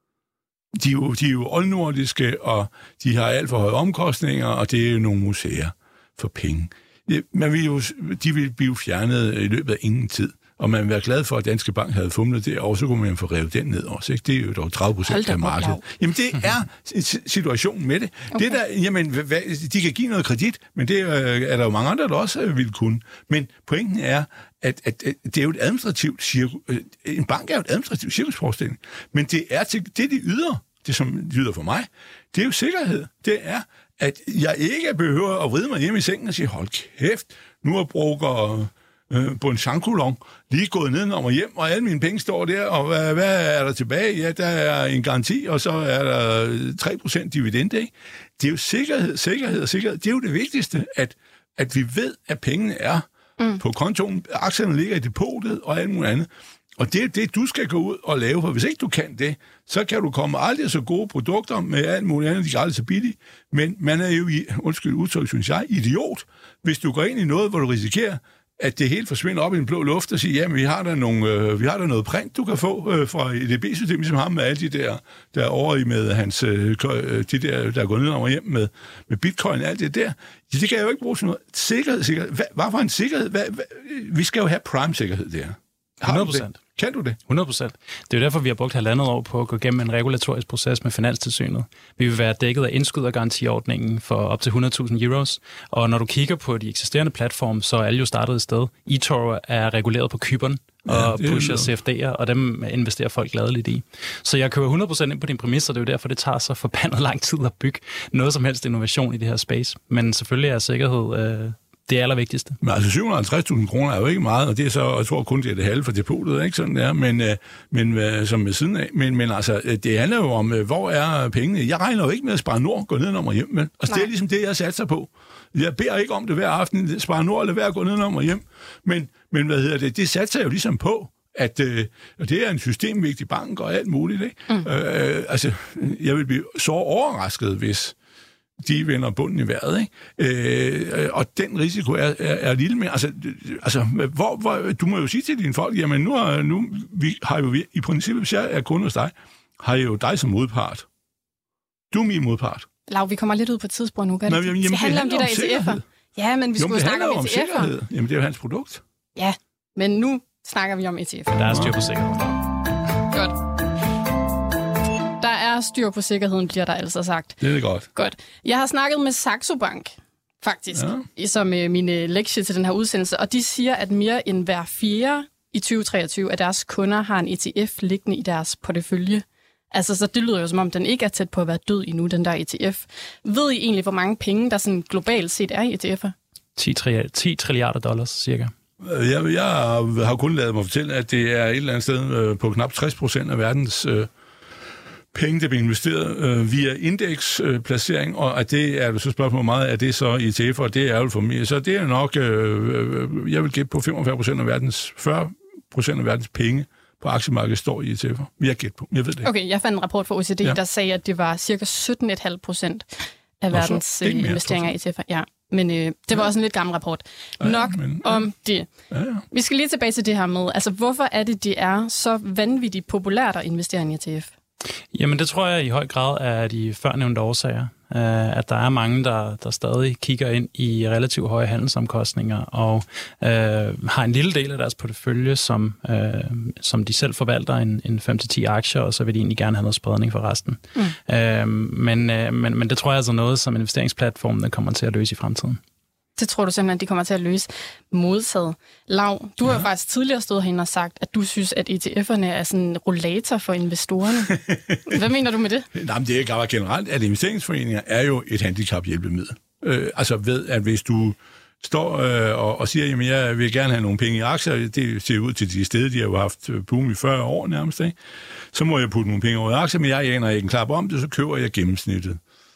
De er jo, de er jo oldnordiske, og de har alt for høje omkostninger, og det er jo nogle museer for penge. Man vil jo, de vil blive fjernet i løbet af ingen tid, og man vil være glad for, at Danske Bank havde fumlet det, og så kunne man få revet den ned også. Ikke? Det er jo dog tredive procent af markedet. Jamen, det er situationen med det. Okay. Det der, jamen, hvad, de kan give noget kredit, men det er der jo mange andre, der også vil kunne. Men pointen er, at, at, at det er jo et administrativt cirkus. En bank er jo et administrativt cirkusforestilling, men det er til, det, de yder, det som de yder for mig, det er jo sikkerhed. Det er, at jeg ikke behøver at vride mig hjem i sengen og sige, hold kæft, nu er bruger øh, på en chankulon lige gået nedenom og hjem, og alle mine penge står der, og hvad, hvad er der tilbage? Ja, der er en garanti, og så er der tre procent dividende, ikke? Det er jo sikkerhed, sikkerhed og sikkerhed. Det er jo det vigtigste, at, at vi ved, at pengene er mm. på kontoen, aktierne ligger i depotet og alt muligt andet. Og det er det, du skal gå ud og lave, for hvis ikke du kan det, så kan du komme aldrig så gode produkter med alt muligt andet, de er aldrig så billige. Men man er jo, i, undskyld udtryk, synes jeg, idiot, hvis du går ind i noget, hvor du risikerer, at det hele forsvinder op i en blå luft og siger, jamen, vi har der, nogle, øh, vi har der noget print, du kan få øh, fra E D B-systemet, ligesom ham med alle de der, der over i med hans, øh, de der, der går ned over hjem med, med bitcoin og alt det der. Det kan jeg jo ikke bruge sådan noget. Sikkerhed, sikkerhed. Hvad, hvad for en sikkerhed? Hvad, hvad? Vi skal jo have prime-sikkerhed der. hundrede procent. Kan du det? hundrede procent. Det er jo derfor, vi har brugt halvandet år på at gå igennem en regulatorisk proces med Finanstilsynet. Vi vil være dækket af indskydergarantiordningen for op til hundrede tusind euros. Og når du kigger på de eksisterende platforme, så er alle jo startet et sted. eToro er reguleret på Cypern og ja, pusher C F D'er, og dem investerer folk gladeligt i. Så jeg køber hundrede procent ind på dine præmisser, det er jo derfor, det tager så forbandet lang tid at bygge noget som helst innovation i det her space. Men selvfølgelig er sikkerhed øh, det allervigtigste. Men altså syv hundrede og halvtreds tusind kroner er jo ikke meget, og det er så, jeg tror kun, det er det halve for depotet, ikke sådan der, men, men som med siden af. Men, men altså, det handler jo om, hvor er pengene? Jeg regner jo ikke med at Spar Nord gå ned og hjem med. Altså, det er ligesom det, jeg satser på. Jeg beder ikke om det hver aften, Spar Nord eller hver gå ned og hjem. Men, men hvad hedder det? Det satser jeg jo ligesom på, at øh, det er en systemvigtig bank og alt muligt, ikke? Mm. Øh, altså, jeg vil blive så overrasket, hvis de vender bunden i vejret, ikke? Øh, og den risiko er, er, er lille, men altså, altså hvor, hvor, du må jo sige til dine folk, jamen nu, er, nu vi har jo i princippet, hvis jeg er kunde hos dig, har jeg jo dig som modpart. Du er min modpart. Lav, vi kommer lidt ud på et tidspunkt nu, gør det? Nå, jamen, det handler det om de der E T F'er. Ja, men vi skulle jo snakke om E T F'er. Jamen, det er jo hans produkt. Ja, men nu snakker vi om E T F'er. Der er styr på sikkerheden. Godt. Der er styr på sikkerheden, bliver der altså sagt. Det er det godt. Godt. Jeg har snakket med Saxo Bank, faktisk, ja. som øh, min øh, lektie til den her udsendelse, og de siger, at mere end hver fjerde i tyve treogtyve af deres kunder har en E T F liggende i deres portefølje. Altså, så det lyder jo som om, den ikke er tæt på at være død endnu, den der E T F. Ved I egentlig, hvor mange penge, der sådan globalt set er i E T F'er? ti trilliarder dollars, cirka. Jeg, jeg har kun ladet mig fortælle, at det er et eller andet sted øh, på knap tres procent af verdens øh, penge, der bliver investeret øh, via indeksplacering, øh, og at det er så spørgsmålet meget, at det så E T F'er, og det er jo for mig. Så det er nok, øh, jeg vil gætte på femogfyrre procent af verdens, fyrre procent af verdens penge på aktiemarkedet står i E T F'er. Jeg gætter på, jeg ved det. Okay, jeg fandt en rapport fra O E C D, ja. der sagde, at det var cirka sytten komma fem procent af verdens så, investeringer i E T F'er. Ja. Men øh, det var ja. også en lidt gammel rapport. Nok ja, men, ja. om det. Ja, ja. Vi skal lige tilbage til det her med, altså hvorfor er det, det er så vanvittigt populært at investere i en E T F? Jamen det tror jeg i høj grad er de førnævnte årsager. Uh, at der er mange, der, der stadig kigger ind i relativt høje handelsomkostninger og uh, har en lille del af deres portefølje, som, uh, som de selv forvalter, en, en fem til ti aktier, og så vil de egentlig gerne have noget spredning for resten. Mm. Uh, men, uh, men, men det tror jeg altså noget, som investeringsplatformen kommer til at løse i fremtiden. Det tror du simpelthen, de kommer til at løse modtaget. Lav, du ja. har jo faktisk tidligere stået herinde og sagt, at du synes, at E T F'erne er sådan en rollator for investorerne. Hvad mener du med det? Nej, men det er bare generelt, at investeringsforeninger er jo et handicaphjælpemiddel. Øh, altså ved, at hvis du står øh, og, og siger, jamen jeg vil gerne have nogle penge i aktier, det ser ud til de steder, de har jo haft boom i fyrre år nærmest, ikke? Så må jeg putte nogle penge over i aktier, men jeg aner ikke en klap om det, så køber jeg gennemsnittet.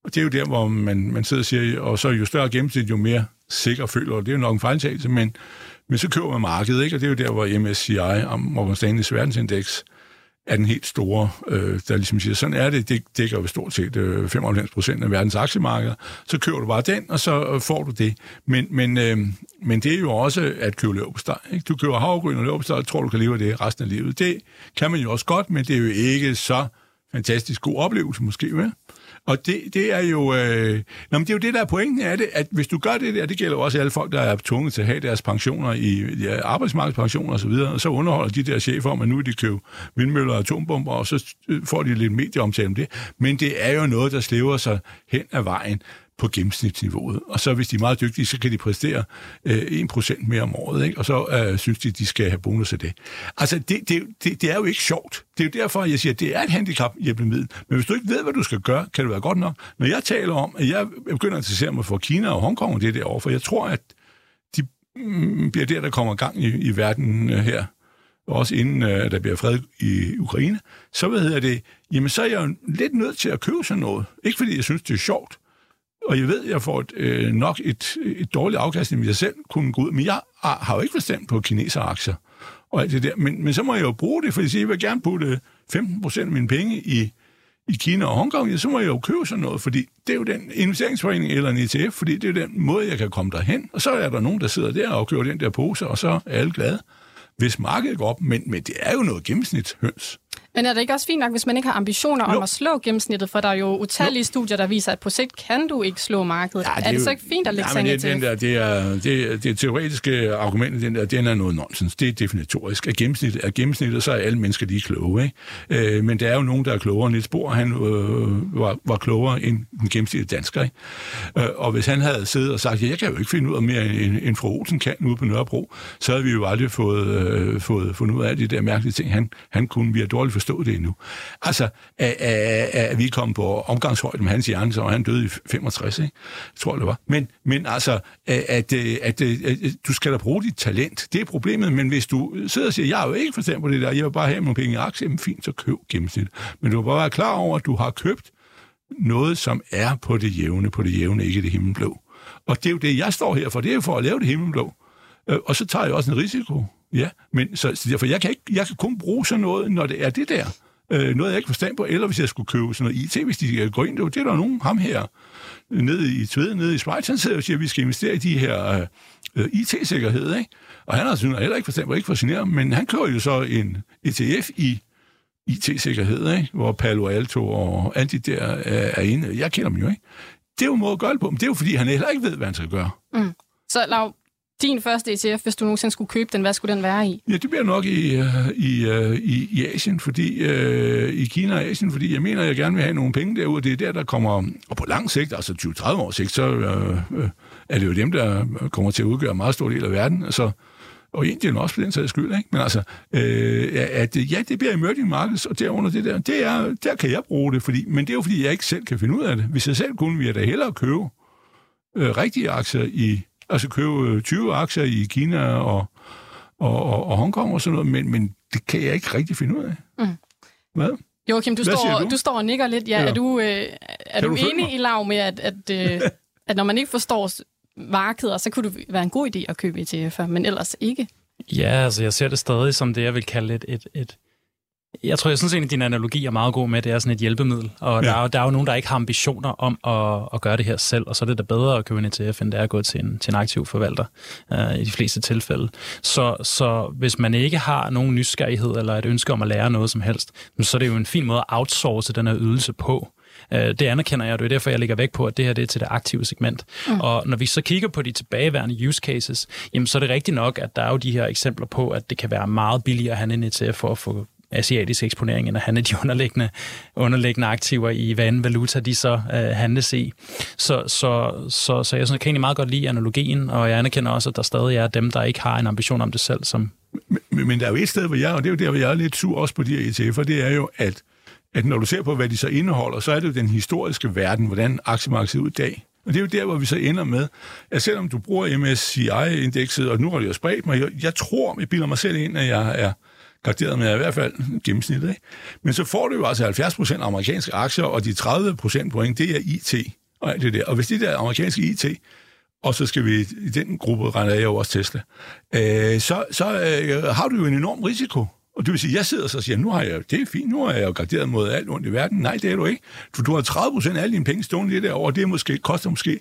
Og det er jo der, hvor man, man sidder og siger, og så jo større gennemsnit, jo mere sikker føler, og det er jo nok en fejltagelse, men, men så køber man markedet, ikke? Og det er jo der, hvor M S C I, Morgan Stanley's verdensindeks, er den helt store, øh, der ligesom siger, sådan er det, det dækker jo stort set øh, femoghalvfems procent af verdens aktiemarkeder, så køber du bare den, og så øh, får du det. Men, men, øh, men det er jo også at købe leverpostej, ikke? Du køber havregryn og leverpostej, og tror, du kan leve af det resten af livet. Det kan man jo også godt, men det er jo ikke så fantastisk god oplevelse, måske, vel? Og det, det er jo øh, nå, men det er jo det, der er pointen af det, at hvis du gør det der, det gælder også alle folk, der er tvunget til at have deres pensioner i ja, arbejdsmarkedspensioner og så videre, og så underholder de der chefer om, at nu er de køber vindmøller og atombomber, og så får de lidt medieomtale om det. Men det er jo noget, der slæver sig hen ad vejen på gennemsnitsniveauet. Og så hvis de er meget dygtige, så kan de præstere øh, en procent mere om året, ikke? Og så øh, synes de, de skal have bonus af det. Altså, det, det, det, det er jo ikke sjovt. Det er jo derfor, jeg siger, at det er et handicap-hjælpemiddel. Men hvis du ikke ved, hvad du skal gøre, kan det være godt nok. Når jeg taler om, at jeg begynder at interessere mig for Kina og Hongkong og det derovre, for jeg tror, at de mm, bliver der, der kommer gang i, i verden øh, her, også inden øh, der bliver fred i Ukraine, så hvad hedder det, jamen så er jeg jo lidt nødt til at købe sådan noget. Ikke fordi jeg synes, det er sjovt, og jeg ved, at jeg får et, øh, nok et, et dårligt afkast, end jeg selv kunne gå ud. Men jeg har jo ikke forstand på kineseraktier og alt det der. Men, men så må jeg jo bruge det, for jeg siger, jeg vil gerne putte femten procent af mine penge i, i Kina og Hongkong. Ja, så må jeg jo købe sådan noget, fordi det er jo den investeringsforening eller en E T F, fordi det er den måde, jeg kan komme derhen. Og så er der nogen, der sidder der og køber den der pose, og så er alle glade, hvis markedet går op. Men, men det er jo noget gennemsnitshøns. Men er det ikke også fint nok, hvis man ikke har ambitioner om jo. at slå gennemsnittet? For der er jo utallige jo. studier, der viser, at på sigt kan du ikke slå markedet. Ja, det er, er det jo, så ikke fint at lægge sig ind i det? Der, det, er, det, det teoretiske argument, den der, den er noget nonsens. Det er definitorisk. At gennemsnittet er gennemsnittet, så er alle mennesker lige kloge. Ikke? Øh, men der er jo nogen, der er klogere. Niels Bohr, han øh, var, var klogere end den gennemsnitlige dansker. Ikke? Øh, og hvis han havde siddet og sagt, ja, jeg kan jo ikke finde ud af mere, end, end fru Olsen kan ude på Nørrebro, så havde vi jo aldrig fået, øh, fået fundet ud af de der mærkelige ting. Han, han kunne, vi har dårligt forstået det endnu. Altså, at, at, at vi kom på omgangshøjde med hans hjerne, så var han døde i femogtres, ikke? Jeg tror, det var. Men, men altså, at, at, at, at du skal da bruge dit talent. Det er problemet, men hvis du sidder og siger, jeg har jo ikke forstand på det der, jeg vil bare have nogle penge i aktier, men fint, så køb gennemsnit. Men du må bare være klar over, at du har købt noget, som er på det jævne, på det jævne, ikke det himmelblå. Og det er jo det, jeg står her for. Det er jo for at lave det himmelblå. Og så tager jeg også en risiko. Ja, men så, så derfor, jeg kan, ikke, jeg kan kun bruge sådan noget, når det er det der. Øh, noget, jeg ikke forstand på, eller hvis jeg skulle købe sådan noget I T, hvis de går ind, det er der nogen, ham her, nede i Tvede, nede i Schweiz, han sidder og siger, at vi skal investere i de her øh, I T-sikkerhed, ikke? Og han har sådan heller ikke forstand på, ikke fascineret, men han kører jo så en E T F i I T-sikkerhed, ikke? Hvor Palo Alto og alle de der er, er inde. Jeg kender dem jo, ikke? Det er jo en måde at gøre det på, men det er jo, fordi han heller ikke ved, hvad han skal gøre. Mm. Så Lau, din første E T F, hvis du nogensinde skulle købe den, hvad skulle den være i? Ja, det bliver nok i, i, i, i Asien, fordi øh, i Kina og Asien, fordi jeg mener, at jeg gerne vil have nogle penge derude, det er der, der kommer, og på lang sigt, altså tyve til tredive år sigt, så øh, er det jo dem, der kommer til at udgøre en meget stor del af verden, altså, og Indien også på den sags skyld, ikke? Men altså, øh, at ja, det bliver emerging markets, og derunder det der, det er, der kan jeg bruge det, fordi, men det er jo, fordi jeg ikke selv kan finde ud af det. Hvis jeg selv kunne, ville jeg da hellere købe øh, rigtige aktier i altså købe tyve aktier i Kina og, og, og, og Hongkong og sådan noget, men, men det kan jeg ikke rigtig finde ud af. Mm. Hvad? Joachim, du, Hvad står, du? du står og nikker lidt. Ja, ja. Er du, øh, er du, du enig i Lau med, at, at, øh, at når man ikke forstår markeder, så kunne det være en god idé at købe E T F'er, men ellers ikke? Ja, altså jeg ser det stadig som det, jeg vil kalde et... et, et Jeg tror, jeg synes egentlig, at din analogi er meget god med, det er sådan et hjælpemiddel. Og ja. der, er jo, der er jo nogen, der ikke har ambitioner om at, at gøre det her selv, og så er det da bedre at købe en E T F, end det er at gå til en, til en aktiv forvalter uh, i de fleste tilfælde. Så, så hvis man ikke har nogen nysgerrighed eller et ønske om at lære noget som helst, så er det jo en fin måde at outsource den her ydelse på. Uh, det anerkender jeg, og det er derfor, jeg lægger vægt på, at det her det er til det aktive segment. Mm. Og når vi så kigger på de tilbageværende use cases, jamen, så er det rigtigt nok, at der er jo de her eksempler på, at det kan være meget billigere at have en E T F for at få asiatisk eksponering, end at handle de underliggende, underliggende aktiver i, hvad anden valuta de så øh, handles i. Så, så, så, så jeg synes, jeg kan egentlig meget godt lide analogien, og jeg anerkender også, at der stadig er dem, der ikke har en ambition om det selv. Som men, men der er jo et sted, hvor jeg, og det er jo der, hvor jeg er lidt sur også på de her E T F'er, det er jo, at, at når du ser på, hvad de så indeholder, så er det jo den historiske verden, hvordan aktiemarkedet ser ud i dag. Og det er jo der, hvor vi så ender med, at selvom du bruger M S C I-indekset, og nu har det jo spredt mig, jeg, jeg tror, jeg bilder mig selv ind, at jeg er graderet med i hvert fald gennemsnittet, ikke? Men så får du jo altså halvfjerds procent amerikanske aktier, og de tredive procent point, det er I T og alt det der. Og hvis det der er amerikanske I T, og så skal vi i den gruppe regne af jo også Tesla, øh, så, så øh, har du jo en enorm risiko. Og det vil sige, jeg sidder så og siger, nu har jeg, det er fint, nu har jeg jo graderet mod alt ondt i verden. Nej, det er du ikke. For du har tredive procent af alle dine penge stående det derovre, og det måske, koster måske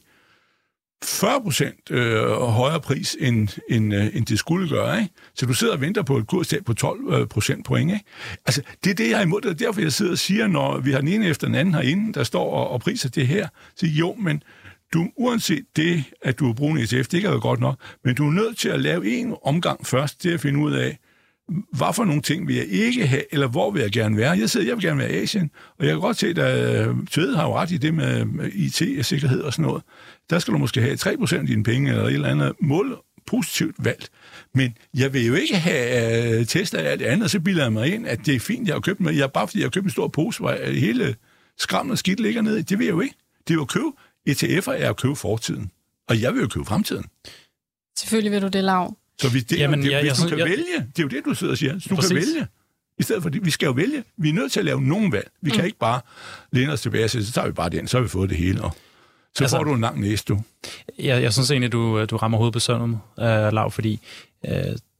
fyrre procent øh, højere pris, end, end, øh, end det skulle gøre, ikke? Så du sidder og venter på et kurstab på tolv procent point, ikke? Altså, det er det, jeg er imod. Det er derfor, jeg sidder og siger, når vi har den ene efter den anden herinde, der står og, og priser det her, så jo, men du, uanset det, at du har brugt en E T F, det kan jo godt nok, men du er nødt til at lave en omgang først, til at finde ud af, hvad for nogle ting vil jeg ikke have, eller hvor vil jeg gerne være. Jeg sidder, jeg vil gerne være i Asien, og jeg kan godt se, at Tvede har jo ret i det med I T-sikkerhed og sådan noget. Der skal du måske have tre procent af dine penge, eller et eller andet mål positivt valgt. Men jeg vil jo ikke have uh, Tesla og alt det andet, og så bilder jeg mig ind, at det er fint, jeg har købt med. Jeg bare fordi jeg har købt en stor pose, hvor hele skrammen og skidt ligger nede. Det vil jeg jo ikke. Det er jo at købe. E T F'er er at købe fortiden. Og jeg vil jo købe fremtiden. Selvfølgelig vil du det, Lav. Så hvis, det, Jamen, det, jeg, hvis jeg, du kan jeg, vælge, det er jo det, du sidder og siger, så du præcis. kan vælge. I stedet for det, vi skal jo vælge. Vi er nødt til at lave nogen valg. Vi mm. kan ikke bare læne os tilbage og sige, så tager vi bare den, så har vi fået det hele. Og så altså, får du en lang næse, du. Jeg, jeg synes egentlig, du, du rammer hovedet på sønnen, uh, Lav, fordi uh,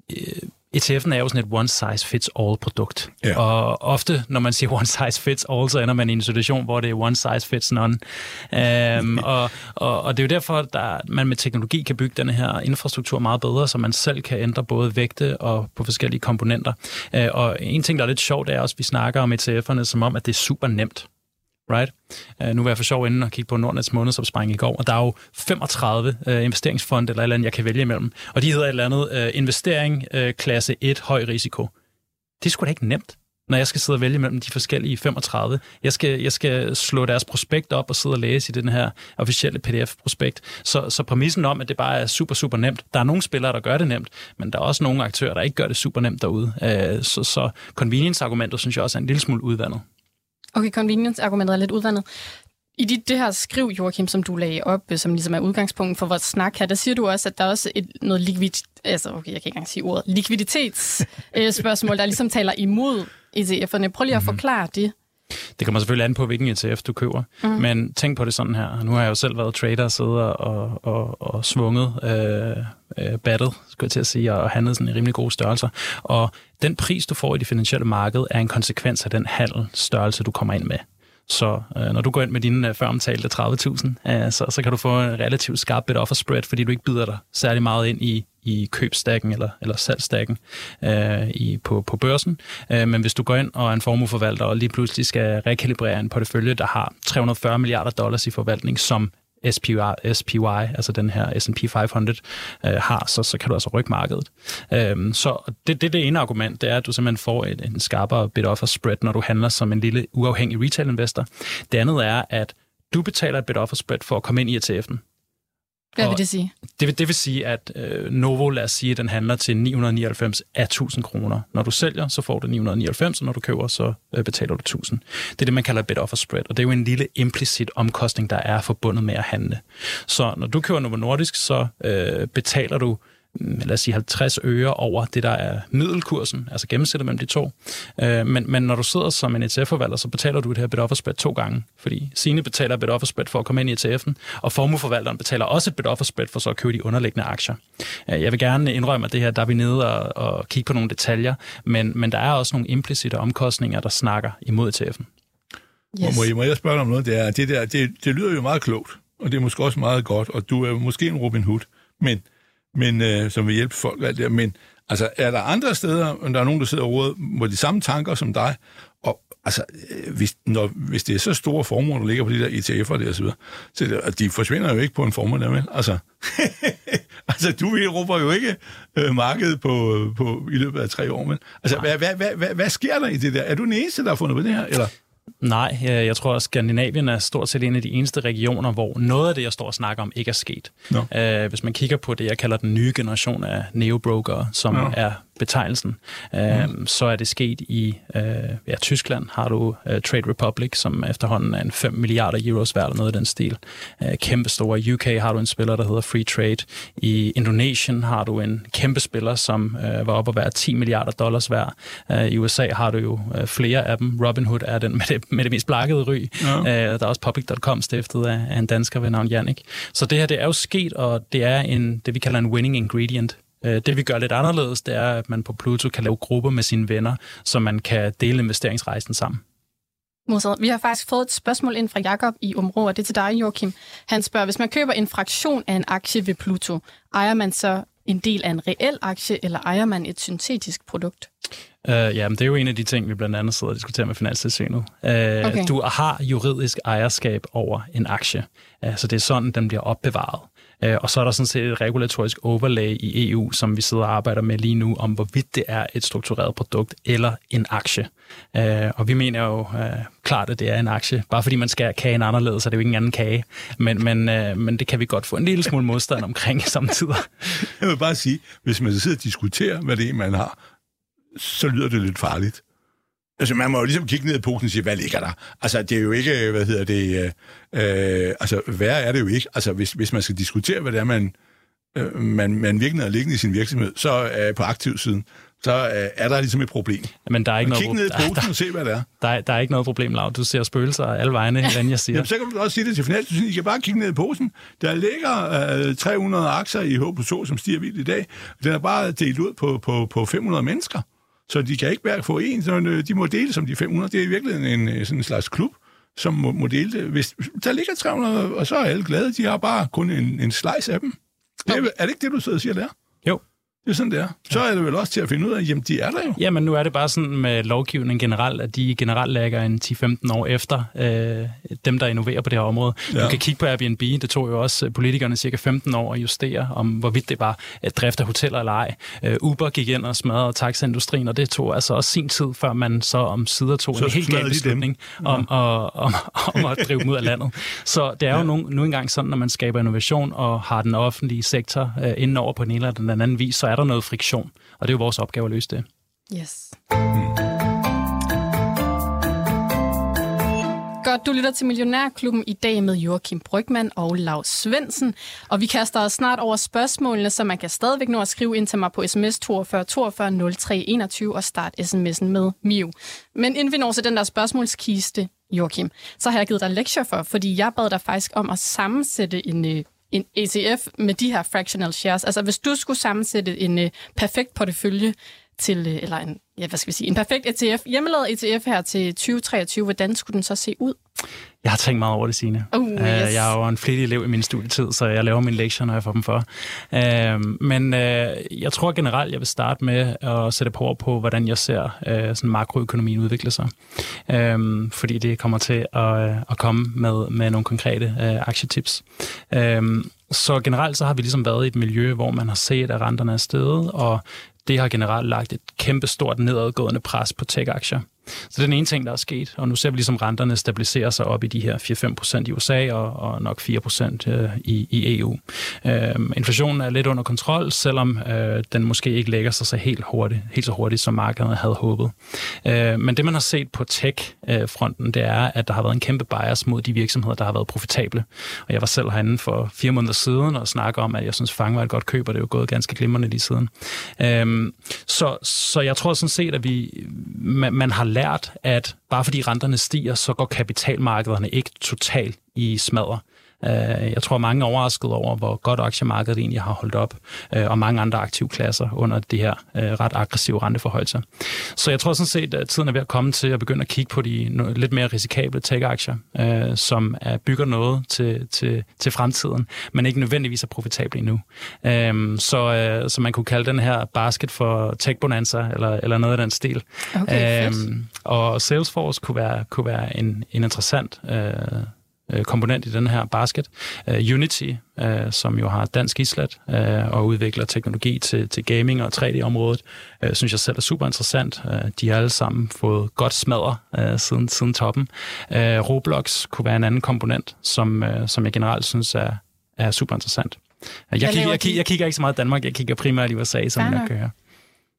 E T F'en er jo sådan et one-size-fits-all-produkt. Ja. Og ofte, når man siger one-size-fits-all, så ender man i en situation, hvor det er one-size-fits-none. Um, og, og, og det er jo derfor, at man med teknologi kan bygge den her infrastruktur meget bedre, så man selv kan ændre både vægte og på forskellige komponenter. Uh, og en ting, der er lidt sjovt, er også, at vi snakker om E T F'erne som om, at det er super nemt. Right? Uh, nu var jeg for sjov inden og kigge på Nordnets månedsopsparing i går, og der er jo femogtredive uh, investeringsfonde eller et eller andet, jeg kan vælge imellem. Og de hedder et eller andet uh, investering uh, klasse et, høj risiko. Det er sgu da ikke nemt, når jeg skal sidde og vælge mellem de forskellige femogtredive. Jeg skal, jeg skal slå deres prospekt op og sidde og læse i den her officielle P D F-prospekt. Så, så præmissen om, at det bare er super, super nemt. Der er nogle spillere, der gør det nemt, men der er også nogle aktører, der ikke gør det super nemt derude. Uh, så, så convenience-argumentet, synes jeg også er en lille smule udvandet. Okay, convenience-argumentet er lidt udvandet. I dit, det her skriv, Joachim, som du lagde op, som ligesom er udgangspunkten for vores snak her, der siger du også, at der er også et, noget likviditet, altså okay, jeg kan ikke engang sige ordet, likviditetsspørgsmål, der ligesom taler imod E T F'erne. Prøv lige at forklare det. Det kommer selvfølgelig an på, hvilken E T F du køber. Mm. Men tænk på det sådan her. Nu har jeg jo selv været trader og siddet og, og, og svunget øh, øh, battet, skulle jeg til at sige, og handlet sådan i rimelig gode størrelser. Og den pris, du får i det finansielle marked, er en konsekvens af den handelsstørrelse, du kommer ind med. Så øh, når du går ind med dine øh, føromtalte tredive tusind, øh, så, så kan du få en relativt skarp bid-offer spread, fordi du ikke bider dig særlig meget ind i, i købstakken eller, eller salgsstakken øh, i, på, på børsen. Øh, men hvis du går ind og er en formueforvalter og lige pludselig skal rekalibrere en portefølje, der har tre hundrede og fyrre milliarder dollars i forvaltning, som S P Y, altså den her S and P fem hundrede, øh, har, så, så kan du altså rykke markedet. Øhm, så det, det, det ene argument, det er, at du simpelthen får et, en skarpere bid-offer spread, når du handler som en lille uafhængig retail-investor. Det andet er, at du betaler et bid-offer spread for at komme ind i E T F'en. Hvad vil det sige? Det vil, det vil sige, at øh, Novo, lad os sige, at den handler til ni hundrede og nioghalvfems af tusind kroner. Når du sælger, så får du ni hundrede og nioghalvfems, og når du køber, så øh, betaler du tusind. Det er det, man kalder bid-offer spread, og det er jo en lille implicit omkostning, der er forbundet med at handle. Så når du køber Novo Nordisk, så øh, betaler du lad os sige halvtreds øre over det, der er middelkursen, altså gennemsnittet mellem de to. Øh, men, men når du sidder som en E T F-forvalter, så betaler du det her bid-offer spread to gange, fordi Signe betaler bid-offer spread for at komme ind i E T F'en, og formueforvalteren betaler også et bid-offer spread for så at købe de underliggende aktier. Øh, jeg vil gerne indrømme, at det her, der er vi nede og, og kigge på nogle detaljer, men, men der er også nogle implicite omkostninger, der snakker imod E T F'en. Yes. Må, jeg, må jeg spørge dig om noget? Det, er, det, der, det, det lyder jo meget klogt, og det er måske også meget godt, og du er måske en Robin Hood, men men øh, som vil hjælpe folk alt det. Men altså, er der andre steder, der er nogen, der sidder og råder med de samme tanker som dig, og altså, hvis, når, hvis det er så store formuer, der ligger på de der E T F'er der og så videre, så det, de forsvinder jo ikke på en formue der, vel? Altså, altså du råber jo ikke øh, markedet på, på, i løbet af tre år, men altså, hvad, hvad, hvad, hvad, hvad sker der i det der? Er du den eneste, der har fundet på det her, eller? Nej, jeg tror, at Skandinavien er stort set en af de eneste regioner, hvor noget af det, jeg står og snakker om, ikke er sket. No. Hvis man kigger på det, jeg kalder den nye generation af neobrokere, som no. er betegnelsen. Mm. Øh, så er det sket i øh, ja, Tyskland, har du øh, Trade Republic, som efterhånden er en fem milliarder euros værd, eller noget af den stil. Øh, kæmpe store. I U K har du en spiller, der hedder Free Trade. I Indonesien har du en kæmpe spiller, som øh, var oppe at være ti milliarder dollars værd. Øh, I U S A har du jo øh, flere af dem. Robinhood er den med det, med det mest blakkede ry. Ja. Øh, der er også Public punktum com stiftet af, af en dansker ved navn Jannik. Så det her, det er jo sket, og det er en, det vi kalder en winning ingredient. Det vi gør lidt anderledes, det er, at man på Pluto kan lave grupper med sine venner, så man kan dele investeringsrejsen sammen. Modsat, vi har faktisk fået et spørgsmål ind fra Jakob i Områ, og det er til dig, Joachim. Han spørger, hvis man køber en fraktion af en aktie ved Pluto, ejer man så en del af en reel aktie, eller ejer man et syntetisk produkt? Uh, ja, men det er jo en af de ting, vi blandt andet sidder og diskuterer med Finanstilsynet. Uh, okay. Du har juridisk ejerskab over en aktie, uh, så det er sådan, den bliver opbevaret. Uh, og så er der sådan set et regulatorisk overlay i E U, som vi sidder og arbejder med lige nu, om hvorvidt det er et struktureret produkt eller en aktie. Uh, og vi mener jo uh, klart, at det er en aktie. Bare fordi man skal kagen anderledes, så er det jo ikke en anden kage. Men, men, uh, men det kan vi godt få en lille smule modstand omkring samtidig. Jeg vil bare sige, hvis man sidder og diskuterer, hvad det er, man har, så lyder det lidt farligt. Altså, man må jo ligesom kigge ned i posen og sige, hvad ligger der? Altså, det er jo ikke, hvad hedder det, øh, altså, værre er det jo ikke. Altså, hvis, hvis man skal diskutere, hvad det er, man, øh, man, man virkelig har liggende i sin virksomhed, så øh, på aktivsiden, så øh, er der ligesom et problem. Men der er ikke noget kig ned i posen der, og se, hvad det er. Der er, der er ikke noget problem, Lav. Du ser spøgelser alle vegne, hvordan jeg siger. Jamen, så kan du også sige det til Finanstilsynet. I kan bare kigge ned i posen. Der ligger øh, tre hundrede aktier i H P to, som stiger vildt i dag. Den er bare delt ud på, på, på fem hundrede mennesker. Så de kan ikke bare få en, så de må dele som de fem hundrede. Det er i virkeligheden en sådan en slags klub, som må, må dele det. Hvis der ligger tre hundrede, og så er alle glade, de har bare kun en, en slice af dem. Det er, er det ikke det, du sidder og siger der? Jo. Det er sådan, det er. Så er det vel også til at finde ud af, at jamen, de er der jo. Ja, men nu er det bare sådan med lovgivningen generelt, at de generelt lægger en ti til femten år efter øh, dem, der innoverer på det her område. Ja. Du kan kigge på Airbnb. Det tog jo også politikerne cirka femten år at justere, om hvorvidt det var at drift af hoteller eller ej. Øh, Uber gik ind og smadrede taxaindustrien, og det tog altså også sin tid, før man så om sider tog så en helt gal beslutning ja. om, og, om, om at drive dem ud af landet. Så det er jo ja. nu, nu engang sådan, når man skaber innovation og har den offentlige sektor øh, inden over på den ene eller den anden vis, så er der noget friktion, og det er jo vores opgave at løse det. Yes. Mm. Godt, du lytter til Millionærklubben i dag med Joachim Brygmann og Lav Svendsen, og vi kaster os snart over spørgsmålene, så man kan stadigvæk nå at skrive ind til mig på sms toogfyrre toogfyrre nul tre enogtyve og start sms'en med Miu. Men inden vi når til den der spørgsmålskiste, Joachim, så har jeg givet dig lektier for, fordi jeg bad dig faktisk om at sammensætte en en E T F med de her fractional shares. Altså, hvis du skulle sammensætte en uh, perfekt portefølje til, uh, eller en, ja, hvad skal vi sige, en perfekt E T F, hjemmelavet E T F her til tyve treogtyve, hvordan skulle den så se ud? Jeg har tænkt meget over det, Signe. Uh, yes. Jeg er jo en flittig elev i min studietid, så jeg laver mine lektier, når jeg får dem for. Men jeg tror generelt, jeg vil starte med at sætte på på, hvordan jeg ser sådan makroøkonomien udvikle sig. Fordi det kommer til at komme med, med nogle konkrete aktietips. Så generelt så har vi ligesom været i et miljø, hvor man har set, at renterne er steget, og det har generelt lagt et kæmpe stort nedadgående pres på tech-aktier. Så det er den ene ting, der er sket, og nu ser vi ligesom renterne stabilisere sig op i de her fire til fem procent i U S A og, og nok fire procent i, i E U. Øhm, inflationen er lidt under kontrol, selvom øh, den måske ikke lægger sig så helt hurtigt, helt så hurtigt, som markederne havde håbet. Øh, men det, man har set på tech-fronten, det er, at der har været en kæmpe bias mod de virksomheder, der har været profitable. Og jeg var selv herinde for fire måneder siden og snakker om, at jeg synes, Fang var et godt køb, og det er jo gået ganske glimrende lige siden. Øh, så, så jeg tror sådan set, at vi, man, man har lært, at bare fordi renterne stiger, så går kapitalmarkederne ikke totalt i smadre. Jeg tror, mange er overrasket over, hvor godt aktiemarkedet egentlig har holdt op, og mange andre aktive klasser under de her ret aggressive renteforhøjelser. Så jeg tror sådan set, at tiden er ved at komme til at begynde at kigge på de lidt mere risikable tech-aktier, som bygger noget til, til, til fremtiden, men ikke nødvendigvis er profitable endnu. Så, så man kunne kalde den her basket for tech-bonanza, eller, eller noget af den stil. Okay, og Salesforce kunne være, kunne være en, en interessant komponent i den her basket. Uh, Unity, uh, som jo har dansk islet uh, og udvikler teknologi til, til gaming og tre D-området, uh, synes jeg selv er super interessant. Uh, de har alle sammen fået godt smadre uh, siden, siden toppen. Uh, Roblox kunne være en anden komponent, som, uh, som jeg generelt synes er, er super interessant. Uh, jeg, kigger, jeg, kigger, jeg kigger ikke så meget i Danmark, jeg kigger primært i U S A, som jeg kan høre.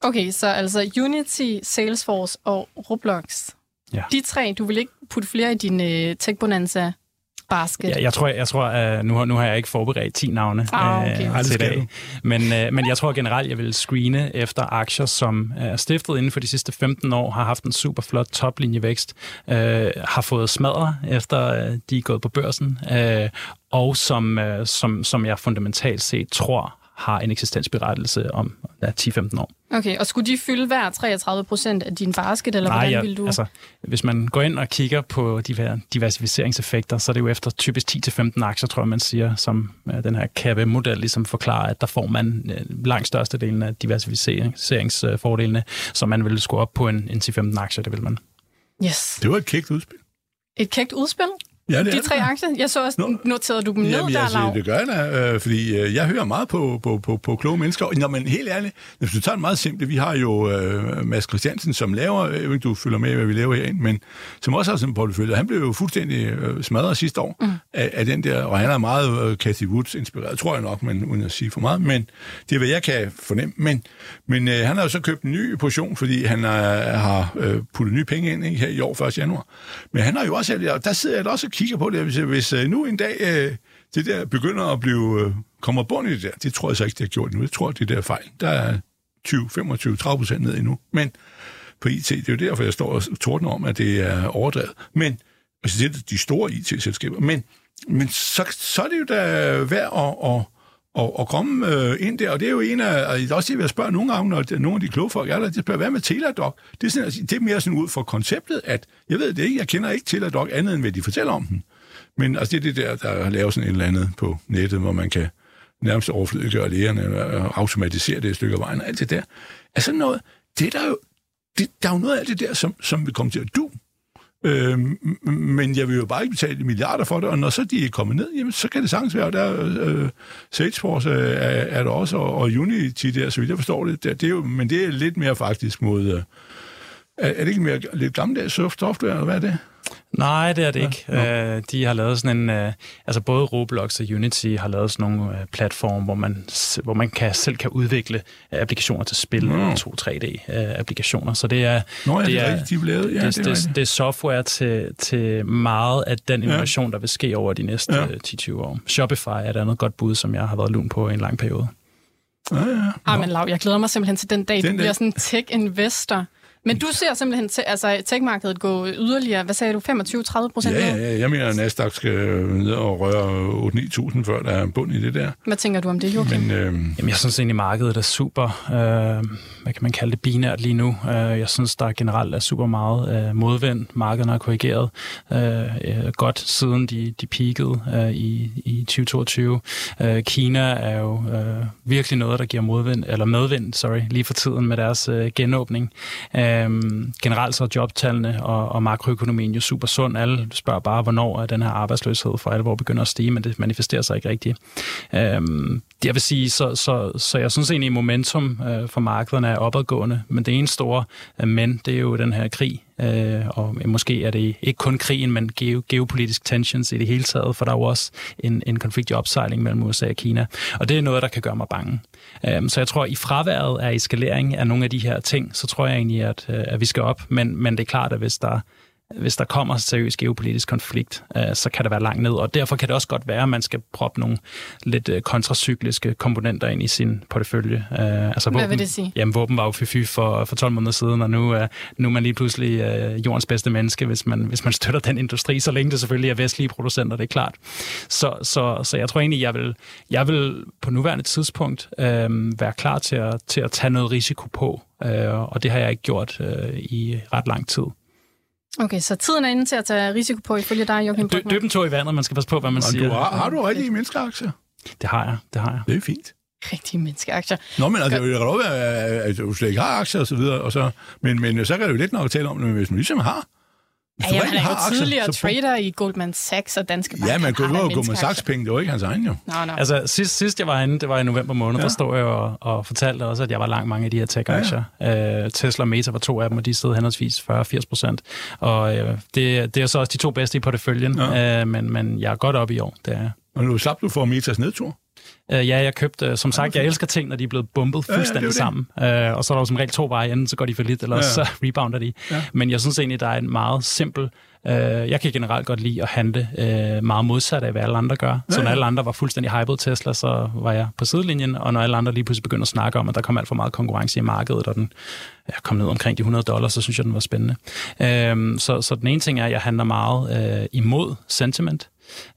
Okay, så altså Unity, Salesforce og Roblox. Ja. De tre, du vil ikke putte flere i din uh, tech-bonanza basket? Ja, jeg tror, jeg, jeg tror at nu, har, nu har jeg ikke forberedt ti navne ah, okay. uh, til dag. Men, uh, men jeg tror generelt, jeg vil screene efter aktier, som er stiftet inden for de sidste femten år, har haft en super flot toplinjevækst, uh, har fået smadre efter uh, de er gået på børsen, uh, og som, uh, som, som jeg fundamentalt set tror har en eksistensberettelse om ja, ti til femten år. Okay, og skulle de fylde hver treogtredive procent af din basket, eller Nej, hvordan ja, vil du? Altså, hvis man går ind og kigger på de her diversificeringseffekter, så er det jo efter typisk ti til femten aktier, tror jeg, man siger, som uh, den her C A P E-model ligesom forklarer, at der får man uh, langt størstedelen af diversificeringsfordelene, så man vil score op på en, en ti til femten aktier, det vil man. Yes. Det var et kægt udspil. Et kægt udspil? Ja, det de er tre aktier? Jeg så også, Nå. noterede du dem ned Jamen, der, altså, Lav? det gør jeg da, øh, fordi øh, jeg hører meget på, på, på, på kloge mennesker. Nå, men helt ærligt, hvis du tager det meget simpelt, vi har jo øh, Mads Christiansen, som laver, jeg ved ikke, du følger med, hvad vi laver herinde, men som også har sådan en portefølje. Han blev jo fuldstændig øh, smadret sidste år mm. af, af den der, og han er meget øh, Cathy Woods inspireret, tror jeg nok, men uden at sige for meget, men det er, hvad jeg kan fornemme. Men, men øh, han har jo så købt en ny portion, fordi han er, har øh, puttet nye penge ind ikke, her i år, første januar. Men han har jo også, der sidder jeg også og kigger på det, hvis Hvis øh, nu en dag øh, det der begynder at blive øh, kommer bund i det der, det tror jeg så ikke, det har gjort endnu. Jeg tror, det der er fejl. Der er tyve, femogtyve, tredive procent ned endnu. Men på I T, det er jo derfor, jeg står og tordner om, at det er overdrevet. Men, altså det er de store I T-selskaber. Men, men så, så er det jo da værd at, at, at, at komme øh, ind der. Og det er jo en af, og det er også det, jeg spørger nogle gange, når nogle af de kloge folk er der, de spørger, hvad med Teladoc? Det er, sådan, det er mere sådan ud fra konceptet, at jeg ved det ikke, jeg kender ikke Teladoc andet, end hvad de fortæller om den. Men altså, det er det der, der laver sådan et eller andet på nettet, hvor man kan nærmest overflødiggøre lægerne og automatisere det et stykke af vejen og alt det der. Altså noget, det der jo, det, der er jo noget af det der, som, som vil komme til at du. Øhm, men jeg vil jo bare ikke betale milliarder for det, og når så de er kommet ned, jamen, så kan det sagtens være, der øh, Salesforce er, er der også, og, og Unity der, så vidt jeg forstår det. Det er jo, men det er lidt mere faktisk mod... Øh, er, er det ikke mere lidt gammeldags software, eller hvad er det? Nej, det er det ikke. Ja, uh, de har lavet sådan en... Uh, altså både Roblox og Unity har lavet sådan nogle uh, platforme, hvor man, hvor man kan, selv kan udvikle uh, applikationer til spil, mm. to tre D-applikationer. Uh, så det er... Nå, ja, det, det er, er, rigtigt, de lavet. Ja, det, det, det, det er software til, til meget af den innovation, ja. der vil ske over de næste ja. ti til tyve år. Shopify er et andet godt bud, som jeg har været lun på i en lang periode. Ja, ja. Ah, men Lav, jeg glæder mig simpelthen til den dag, den du bliver sådan en tech-investor. Men du ser simpelthen til, altså, tech-markedet gå yderligere, hvad sagde du, femogtyve til tredive procent? Ja, ja, jeg mener, at Nasdaq skal ned og røre otte til ni tusind, før der er en bund i det der. Hvad tænker du om det, Joachim? Men, øh... Jamen, jeg synes egentlig, markedet er super, øh, hvad kan man kalde det, binært lige nu. Uh, jeg synes, der generelt er super meget uh, modvind. Markederne har korrigeret uh, godt, siden de, de peakede uh, i, i tyve toogtyve. Uh, Kina er jo uh, virkelig noget, der giver modvind, eller medvind, sorry, lige for tiden med deres uh, genåbning. Uh, Øhm, generelt så er jobtallene og, og makroøkonomien jo super sund. Alle spørger bare, hvornår er den her arbejdsløshed for alvor begynder at stige, men det manifesterer sig ikke rigtigt. Øhm, jeg vil sige, så, så, så jeg synes egentlig, momentum øh, for markederne er opadgående, men det ene store øh, men, det er jo den her krig. Øh, og måske er det ikke kun krigen, men geo- geopolitisk tensions i det hele taget, for der er jo også en, en konflikt i opsejling mellem U S A og Kina, og det er noget, der kan gøre mig bange. Øh, så jeg tror, i fraværet af eskalering af nogle af de her ting, så tror jeg egentlig, at, at vi skal op, men, men det er klart, at hvis der Hvis der kommer seriøs geopolitisk konflikt, øh, så kan det være langt ned, og derfor kan det også godt være, at man skal proppe nogle lidt øh, kontracykliske komponenter ind i sin portefølje. Øh, altså Hvad våben, vil det sige? Jamen, våben var jo fy-fy for, for tolv måneder siden, og nu, øh, nu er man lige pludselig øh, jordens bedste menneske, hvis man, hvis man støtter den industri, så længe det selvfølgelig er vestlige producenter, det er klart. Så, så, så jeg tror egentlig, jeg vil, jeg vil på nuværende tidspunkt øh, være klar til at, til at tage noget risiko på, øh, og det har jeg ikke gjort øh, i ret lang tid. Okay, så tiden er inde til at tage risiko på, ifølge dig, Joachim Brockmann. Døb en tog i vandet, man skal passe på, hvad man og siger. Du har, har du rigtige menneskeaktier? Det har jeg, det har jeg. Det er fint. Rigtige menneskeaktier. Nå, men altså, det kan godt være, at du slet ikke har aktier og så videre, og så, men, men så kan det jo lidt nok tale om det, men hvis man ligesom har. Ja, jamen, han er jo tidligere aktier, trader i Goldman Sachs og Danske Bank. Ja, men Goldman Sachs penge, det var ikke hans egen jo. No, no. Altså, sidst, sidst jeg var inde, det var i november måned, ja. Der stod jeg og, og fortalte også, at jeg var langt mange af de her tech-aktier. Ja, ja. Uh, Tesla og Meta var to af dem, og de stod henholdsvis fyrre til firs procent. Og uh, det, det er så også de to bedste i porteføljen, ja. uh, men, men jeg er godt oppe i år, det er. Og nu slap du for Metas nedtur? Uh, ja, jeg købte, som sagt, jeg elsker ting, når de er blevet bumpet fuldstændig ja, ja, sammen. Uh, og så er der jo som regel to veje, enten så går de for lidt, eller ja. så rebounder de. Ja. Men jeg synes egentlig, der er en meget simpel... Uh, jeg kan generelt godt lide at handle uh, meget modsat af, hvad alle andre gør. Ja, ja. Så når alle andre var fuldstændig hyped Tesla, så var jeg på sidelinjen, og når alle andre lige pludselig begyndte at snakke om, at der kom alt for meget konkurrence i markedet, og den ja, kom ned omkring de hundrede dollars, så synes jeg, den var spændende. Uh, så, så den ene ting er, at jeg handler meget uh, imod sentiment.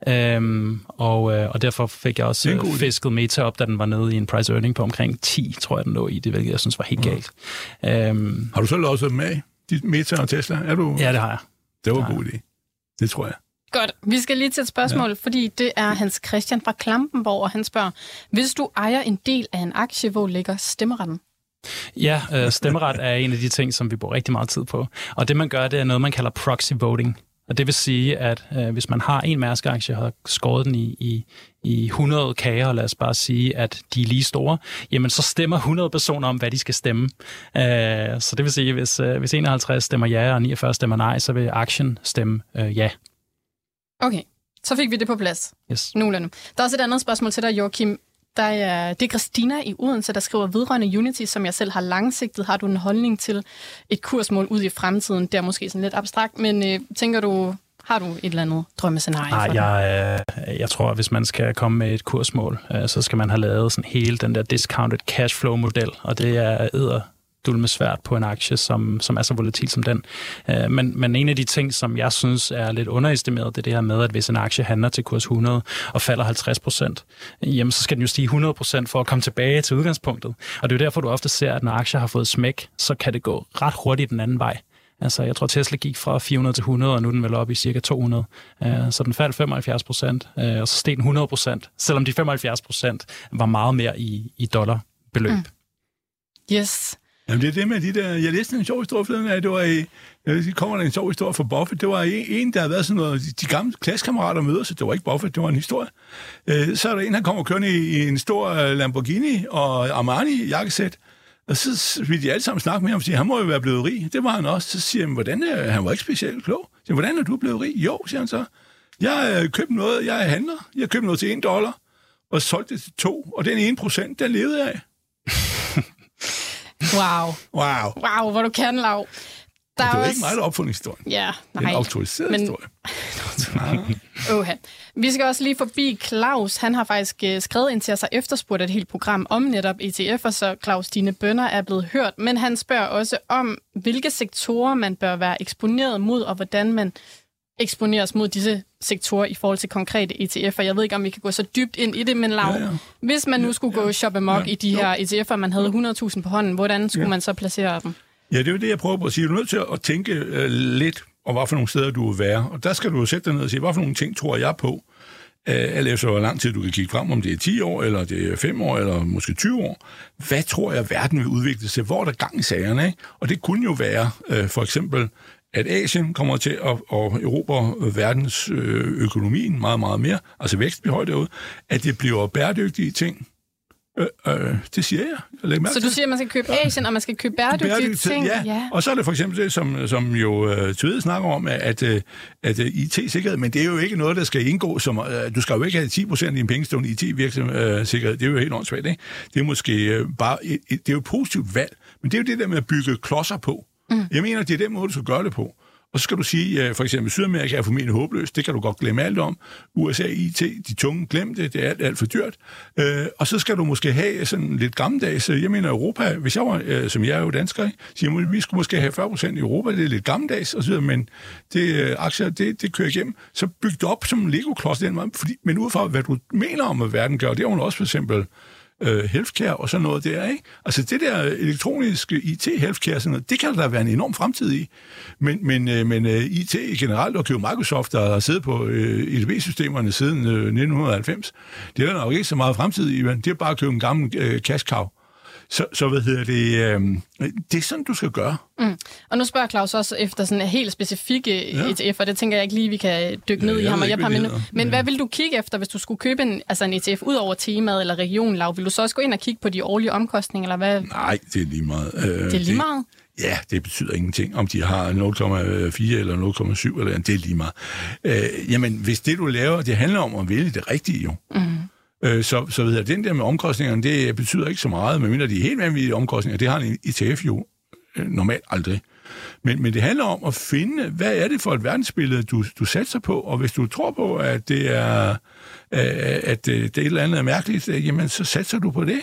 Øhm, og, øh, og derfor fik jeg også øh, fisket Meta op, da den var nede i en price earning på omkring ti, tror jeg, den lå i det, hvilket jeg synes var helt galt. Ja. Øhm, har du så også med de Meta og Tesla? Er du... Ja, det har jeg. Det var en god idé. Det tror jeg. Godt. Vi skal lige til et spørgsmål, ja. fordi det er Hans Christian fra Klampenborg, og han spørger, hvis du ejer en del af en aktie, hvor ligger stemmeretten? Ja, øh, stemmeret er en af de ting, som vi bruger rigtig meget tid på. Og det, man gør, det er noget, man kalder proxy voting. Og det vil sige, at øh, hvis man har en Mærsk-aktie og har skåret den i, i, i hundrede kager, og lad os bare sige, at de er lige store, jamen så stemmer hundrede personer om, hvad de skal stemme. Øh, så det vil sige, hvis, øh, hvis enoghalvtreds stemmer ja, og niogfyrre stemmer nej, så vil aktien stemme øh, ja. Okay, så fik vi det på plads. Yes. Nogenlunde. Der er også et andet spørgsmål til dig, Joachim. Der er, det er Christina i Odense, der skriver, vedrørende Unity, som jeg selv har langsigtet. Har du en holdning til et kursmål ud i fremtiden? Det er måske sådan lidt abstrakt, men øh, tænker du, har du et eller andet drømmescenarie for det? Nej, jeg, øh, jeg tror, at hvis man skal komme med et kursmål, øh, så skal man have lavet sådan hele den der discounted cashflow-model, og det er edder dulme svært på en aktie, som, som er så volatil som den. Uh, men, men en af de ting, som jeg synes er lidt underestimeret, det er det her med, at hvis en aktie handler til kurs hundrede og falder halvtreds procent, jamen så skal den jo stige hundrede procent for at komme tilbage til udgangspunktet. Og det er jo derfor, du ofte ser, at når aktier har fået smæk, så kan det gå ret hurtigt den anden vej. Altså, jeg tror, Tesla gik fra fire hundrede til hundrede, og nu er den vel oppe i cirka to hundrede. Uh, så den faldt femoghalvfjerds procent, uh, og så steg den hundrede procent, selvom de femoghalvfjerds procent var meget mere i, i dollarbeløb. Mm. Yes. Jamen det er det med de der... Jeg læste en sjov historie forleden af, det var i... Det kommer der en sjov historie fra Buffett. Det var en, der havde været sådan noget... De gamle klassekammerater møder, så det var ikke Buffett, det var en historie. Så er der en, han kommer kørende i en stor Lamborghini og Armani-jakkesæt, og så vil de alle sammen snakke med ham og sige, han må jo være blevet rig. Det var han også. Så siger han, hvordan er... Han var ikke specielt klog. Så hvordan er du blevet rig? Jo, siger han så. Jeg købte noget, jeg handler. Jeg købte noget til en dollar, og solgte det til to. Og den ene procent, den levede jeg af. Wow. Wow. Wow, hvor du kan, Lav. Der det er også... ikke meget opfundet historien. Ja, nej. Det er en autoriseret men... historie. Oha. Vi skal også lige forbi Claus. Han har faktisk skrevet ind til os og efterspurgt et helt program om netop E T F'er, så Claus, dine bønner er blevet hørt. Men han spørger også om, hvilke sektorer man bør være eksponeret mod, og hvordan man eksponeres mod disse sektorer i forhold til konkrete E T F'er. Jeg ved ikke, om vi kan gå så dybt ind i det, men Lav, ja, ja. hvis man nu skulle ja, gå shop amok ja, i de her E T F'er, man havde hundrede tusind på hånden, hvordan skulle ja. man så placere dem? Ja, det er jo det, jeg prøver på at sige. Du er nødt til at tænke uh, lidt om, hvad for nogle steder du vil være. Og der skal du jo sætte dig ned og sige, hvad for nogle ting tror jeg på, uh, alt efter hvor lang tid du kan kigge frem, om det er ti år, eller det er fem år, eller måske tyve år. Hvad tror jeg, verden vil udvikle sig? Hvor er der gang i sagerne? Ikke? Og det kunne jo være, uh, for eksempel, at Asien kommer til at, at erobre verdens økonomien meget, meget mere, altså vækst bliver højt derude, at det bliver bæredygtige ting. Øh, øh, det siger jeg. jeg så du siger, at man skal købe Asien, og man skal købe bæredygtige, bæredygtige ting? Ja. ja, og så er det for eksempel det, som, som jo uh, Tvede snakker om, at, at, at I T-sikkerhed, men det er jo ikke noget, der skal indgå, som, uh, du skal jo ikke have ti procent i en pengestående I T-virksomhed, det er jo helt åndssvagt, ikke? Det er måske uh, bare, et, et, det er jo et positivt valg, men det er jo det der med at bygge klodser på. Mm. Jeg mener, det er den måde, du skal gøre det på. Og så skal du sige, for eksempel Sydamerika er formentlig håbløst, det kan du godt glemme alt om. U S A, I T, de tunge, glem det, det er alt, alt for dyrt. Øh, og så skal du måske have sådan lidt gammeldags, jeg mener Europa, hvis jeg var, øh, som jeg er jo dansker, siger vi skulle måske have fyrre procent i Europa, det er lidt gammeldags, og så videre, men det, øh, aktier, det, det kører igennem. Så byg det op som en Lego-klods den måde, fordi, men ud fra, hvad du mener om, hvad verden gør, det er jo også for eksempel Uh, healthcare og sådan noget der, ikke? Altså det der elektroniske I T, healthcare, sådan noget, det kan der være en enorm fremtid i. Men, men, uh, men uh, I T generelt, og købe Microsoft, der har siddet på uh, E D B-systemerne siden uh, nitten halvfems, det er der nok ikke så meget fremtid i, men det er bare at købe en gammel uh, cash cow. Så, så hvad hedder det? Øh, det er sådan, du skal gøre. Mm. Og nu spørger Claus også efter sådan en helt specifikke ja. E T F, og det tænker jeg ikke lige, vi kan dykke ned ja, i ham og hjælpe ham endnu. Men ja. hvad vil du kigge efter, hvis du skulle købe en, altså en E T F ud over temaet eller regionlav? Vil du så også gå ind og kigge på de årlige omkostninger, eller hvad? Nej, det er lige meget. Øh, det er lige meget? Det, ja, det betyder ingenting, om de har nul komma fire eller nul komma syv, eller det er lige meget. Øh, jamen, hvis det, du laver, det handler om at vælge det rigtige, jo. Mm. Øh, så, så ved jeg, den der med omkostningerne, det betyder ikke så meget, medmindre de er helt vanvittige omkostninger. Det har en E T F jo øh, normalt aldrig. Men, men det handler om at finde, hvad er det for et verdensbillede, du, du satser på, og hvis du tror på, at det er, at det er et eller andet er mærkeligt, jamen så satser du på det.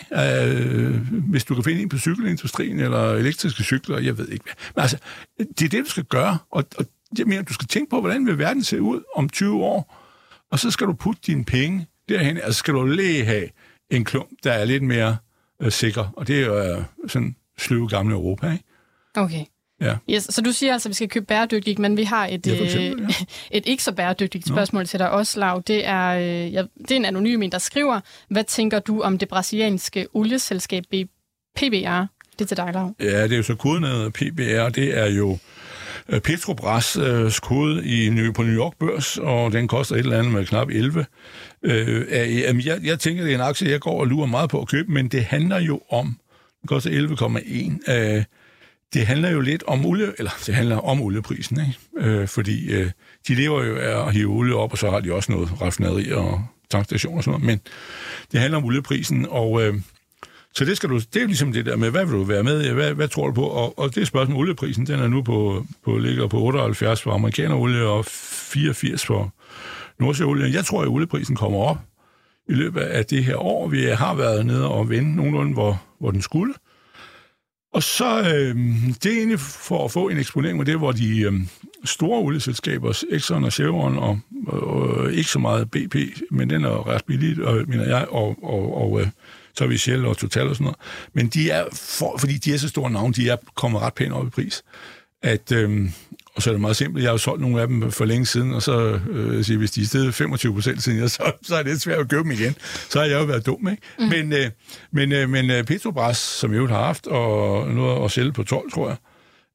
Hvis du kan finde en på cykelindustrien, eller elektriske cykler, jeg ved ikke hvad. Men altså, det er det, du skal gøre, og, og jeg mener, du skal tænke på, hvordan vil verden se ud om tyve år, og så skal du putte dine penge derhen, altså skal du lige have en klump, der er lidt mere øh, sikker, og det er jo øh, sådan sløve gamle Europa, ikke? Okay. Ja. Yes, så du siger altså, at vi skal købe bæredygtigt, men vi har et, ja, eksempel, ja. et ikke så bæredygtigt spørgsmål Nå. til dig også, Lav. Det er, ja, det er en anonym en, der skriver, hvad tænker du om det brasilianske olieselskab P B R? Det er til dig, Lav. Ja, det er jo så kodenavnet P B R, det er jo Petrobras' kode i, på New York Børs, og den koster et eller andet med knap elleve. Øh, jeg, jeg tænker, det er en aktie, jeg går og lurer meget på at købe, men det handler jo om, den koster elleve komma en. Øh, det handler jo lidt om olie, eller det handler om olieprisen, ikke? Øh, fordi øh, de lever jo af at hive olie op, og så har de også noget raffinaderi og tankstationer og sådan noget, men det handler om olieprisen, og øh, så det skal du, det er jo ligesom det der med, hvad vil du være med, hvad, hvad tror du på? Og, og det er spørgsmålet, olieprisen, den er nu på, på ligger på otteoghalvfjerds for amerikanerolie og fireogfirs for nordsjøolie. Jeg tror, at olieprisen kommer op i løbet af det her år. Vi har været nede og vende nogenlunde, hvor, hvor den skulle. Og så øh, det er egentlig for at få en eksponering med det, hvor de øh, store olieselskaber, Exxon og Chevron, og, og, og ikke så meget B P, men den er ret billigt, og, mener jeg, og, og, og øh, så er vi Shell og Total og sådan noget. Men de er, for, fordi de er så store navne, de er kommet ret pænt op i pris. At, øhm, og så er det meget simpelt. Jeg har jo solgt nogle af dem for længe siden, og så øh, siger, hvis de er stedet femogtyve procent siden, så, så er det svært at købe dem igen. Så har jeg jo været dum, ikke? Mm. Men, øh, men, øh, men Petrobras, som jeg jo har haft, og noget at sælge på tolv, tror jeg.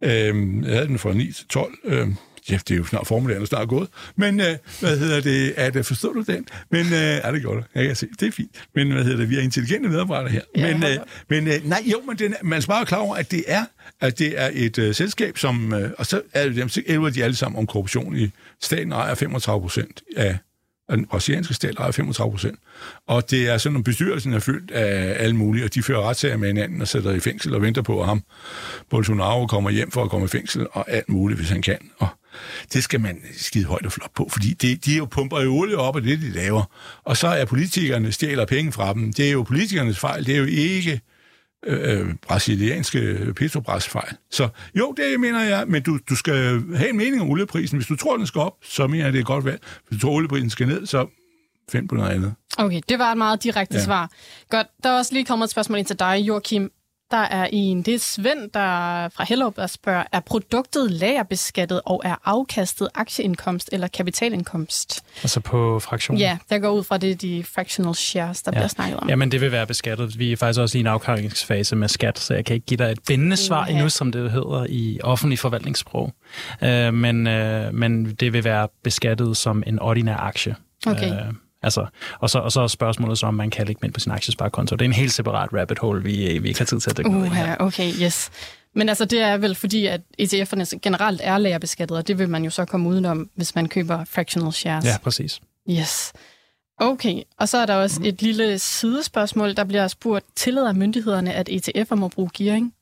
Øh, jeg havde den fra ni til tolv. Øh, Ja, det er jo snart formiddagen, og snart gået. Men, øh, hvad hedder det? Er det, forstår du den? Men, øh, er det godt? Jeg kan se, det er fint. Men, hvad hedder det? Vi er intelligente medarbejdere her. Ja, men, øh, men øh, nej, jo, men den, man er bare klar over, at det er, at det er et øh, selskab, som, øh, og så er det dem, så ælder de alle sammen om korruption i staten, ejer femogtredive procent af, af den brasilianske stat, ejer femogtredive procent. Og det er sådan, at bestyrelsen er fyldt af alle mulige, og de fører retssager med hinanden og sætter i fængsel og venter på, at ham, Bolsonaro, kommer hjem for at komme i fængsel, og alt muligt, hvis han kan. Og det skal man skide højt og flot på, fordi det, de jo pumper jo olie op af det, de laver. Og så er politikerne stjæler penge fra dem. Det er jo politikernes fejl, det er jo ikke øh, brasilianske Petrobras fejl. Så jo, det mener jeg, men du, du skal have en mening om olieprisen. Hvis du tror, den skal op, så mener jeg, det er godt valg. Hvis du tror, olieprisen skal ned, så find på noget andet. Okay, det var et meget direkte ja. svar. Godt, der er også lige kommet et spørgsmål ind til dig, Joachim. Der er en, det er Svend, der fra Hellup, der spørger, er produktet lagerbeskattet, og er afkastet aktieindkomst eller kapitalindkomst? Altså på fraktion? Ja, der går ud fra det, de fractional shares, der ja. bliver snakket om. Jamen, det vil være beskattet. Vi er faktisk også i en afklaringsfase med skat, så jeg kan ikke give dig et bindende svar uh-huh. endnu, som det hedder i offentlig forvaltningssprog. Uh, men, uh, men det vil være beskattet som en ordinær aktie. Okay. Uh, Altså, og, så, og så er spørgsmålet så, om man kan lægge ind på sin aktiesparekonto. Det er en helt separat rabbit hole, vi, vi ikke har tid til at dække uh, her. Okay, yes. Men altså, det er vel fordi, at E T F'erne generelt er lagerbeskattet, og det vil man jo så komme udenom, hvis man køber fractional shares. Ja, præcis. Yes. Okay, og så er der også et lille sidespørgsmål, der bliver spurgt, tillader myndighederne, at E T F'er må bruge gearing?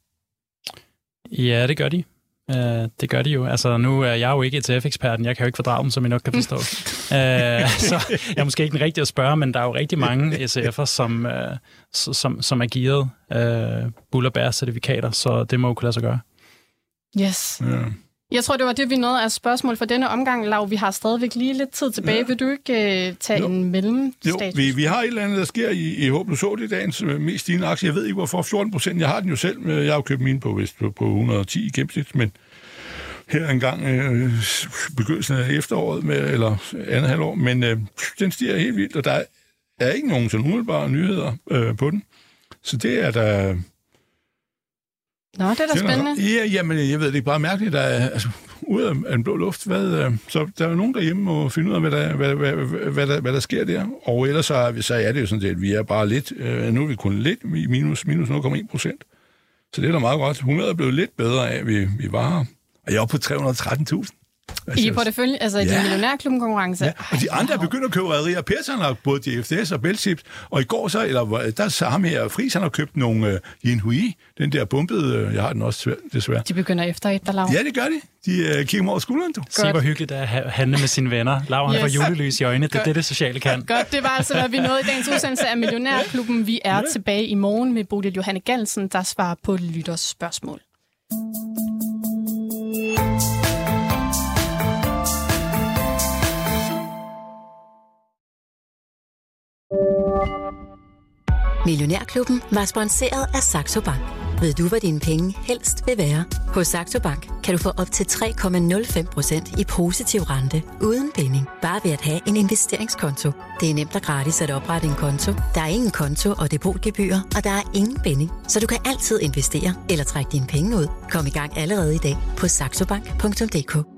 Ja, det gør de. Uh, det gør de jo. Altså, nu er jeg jo ikke E T F-eksperten. Jeg kan jo ikke fordrage dem, som I nok kan forstå. uh, så jeg er måske ikke den rigtige at spørge, men der er jo rigtig mange E T F'er, som, uh, som, som er gearet uh, bull- og bær-certifikater, så det må jo kunne lade sig gøre. Yes. Ja. Jeg tror, det var det, vi nåede af spørgsmål for denne omgang. Lav, vi har stadigvæk lige lidt tid tilbage. Ja. Vil du ikke uh, tage jo. en mellemstatus? Jo, vi, vi har et eller andet, der sker i, i H. Så det dagens mest stigende aktie. Jeg ved ikke, hvorfor fjorten procent. Jeg har den jo selv. Jeg har jo købt mine på, på, på et hundrede og ti i gennemsnit, men her engang øh, begyndelsen af efteråret, med, eller andet halvår, men øh, den stiger helt vildt, og der er ikke nogen sådan umiddelbare nyheder øh, på den. Så det er der... Nå, det er da spændende. Ja, jamen, jeg ved, det er bare mærkeligt, der er altså, ud af en blå luft. Hvad, så der er nogen derhjemme og finde ud af, hvad der, hvad, hvad, hvad, hvad, der, hvad der sker der. Og ellers så, så er det jo sådan, at vi er bare lidt, øh, nu er vi kun lidt, minus, minus nul komma en procent. Så det er da meget godt. Humøret er blevet lidt bedre af, at vi, vi var her. Og jeg er oppe på tre hundrede og tretten tusind. Altså, I portefølje, altså i ja. din millionærklubben-konkurrence. Ja. Og de andre er begyndt at købe rederier. Persson har både D F D S og Bellships, og i går så, eller der så ham her, Friis, han har købt nogle uh, Jinhui, den der bumpede, uh, jeg har den også desværre. De begynder efter et, der laver. Ja, det gør de. De uh, kigger mig over skulderen, du. Se, hvor hyggeligt det er at handle med sine venner. Laura, yes. Han får julelys i øjnene. Det er det, det sociale kan. Godt, det var altså, hvad vi nåede i dagens udsendelse af Millionærklubben. Vi er ja. tilbage i morgen med Bodil Johanne Galsen, der svarer på lytters spørgsmål. Millionærklubben var sponsoreret af Saxo Bank. Ved du, hvad dine penge helst vil være? Hos Saxo Bank kan du få op til tre komma nul fem procent i positiv rente uden binding. Bare ved at have en investeringskonto. Det er nemt og gratis at oprette en konto. Der er ingen konto og depotgebyrer, og der er ingen binding. Så du kan altid investere eller trække dine penge ud. Kom i gang allerede i dag på saxobank punktum d k.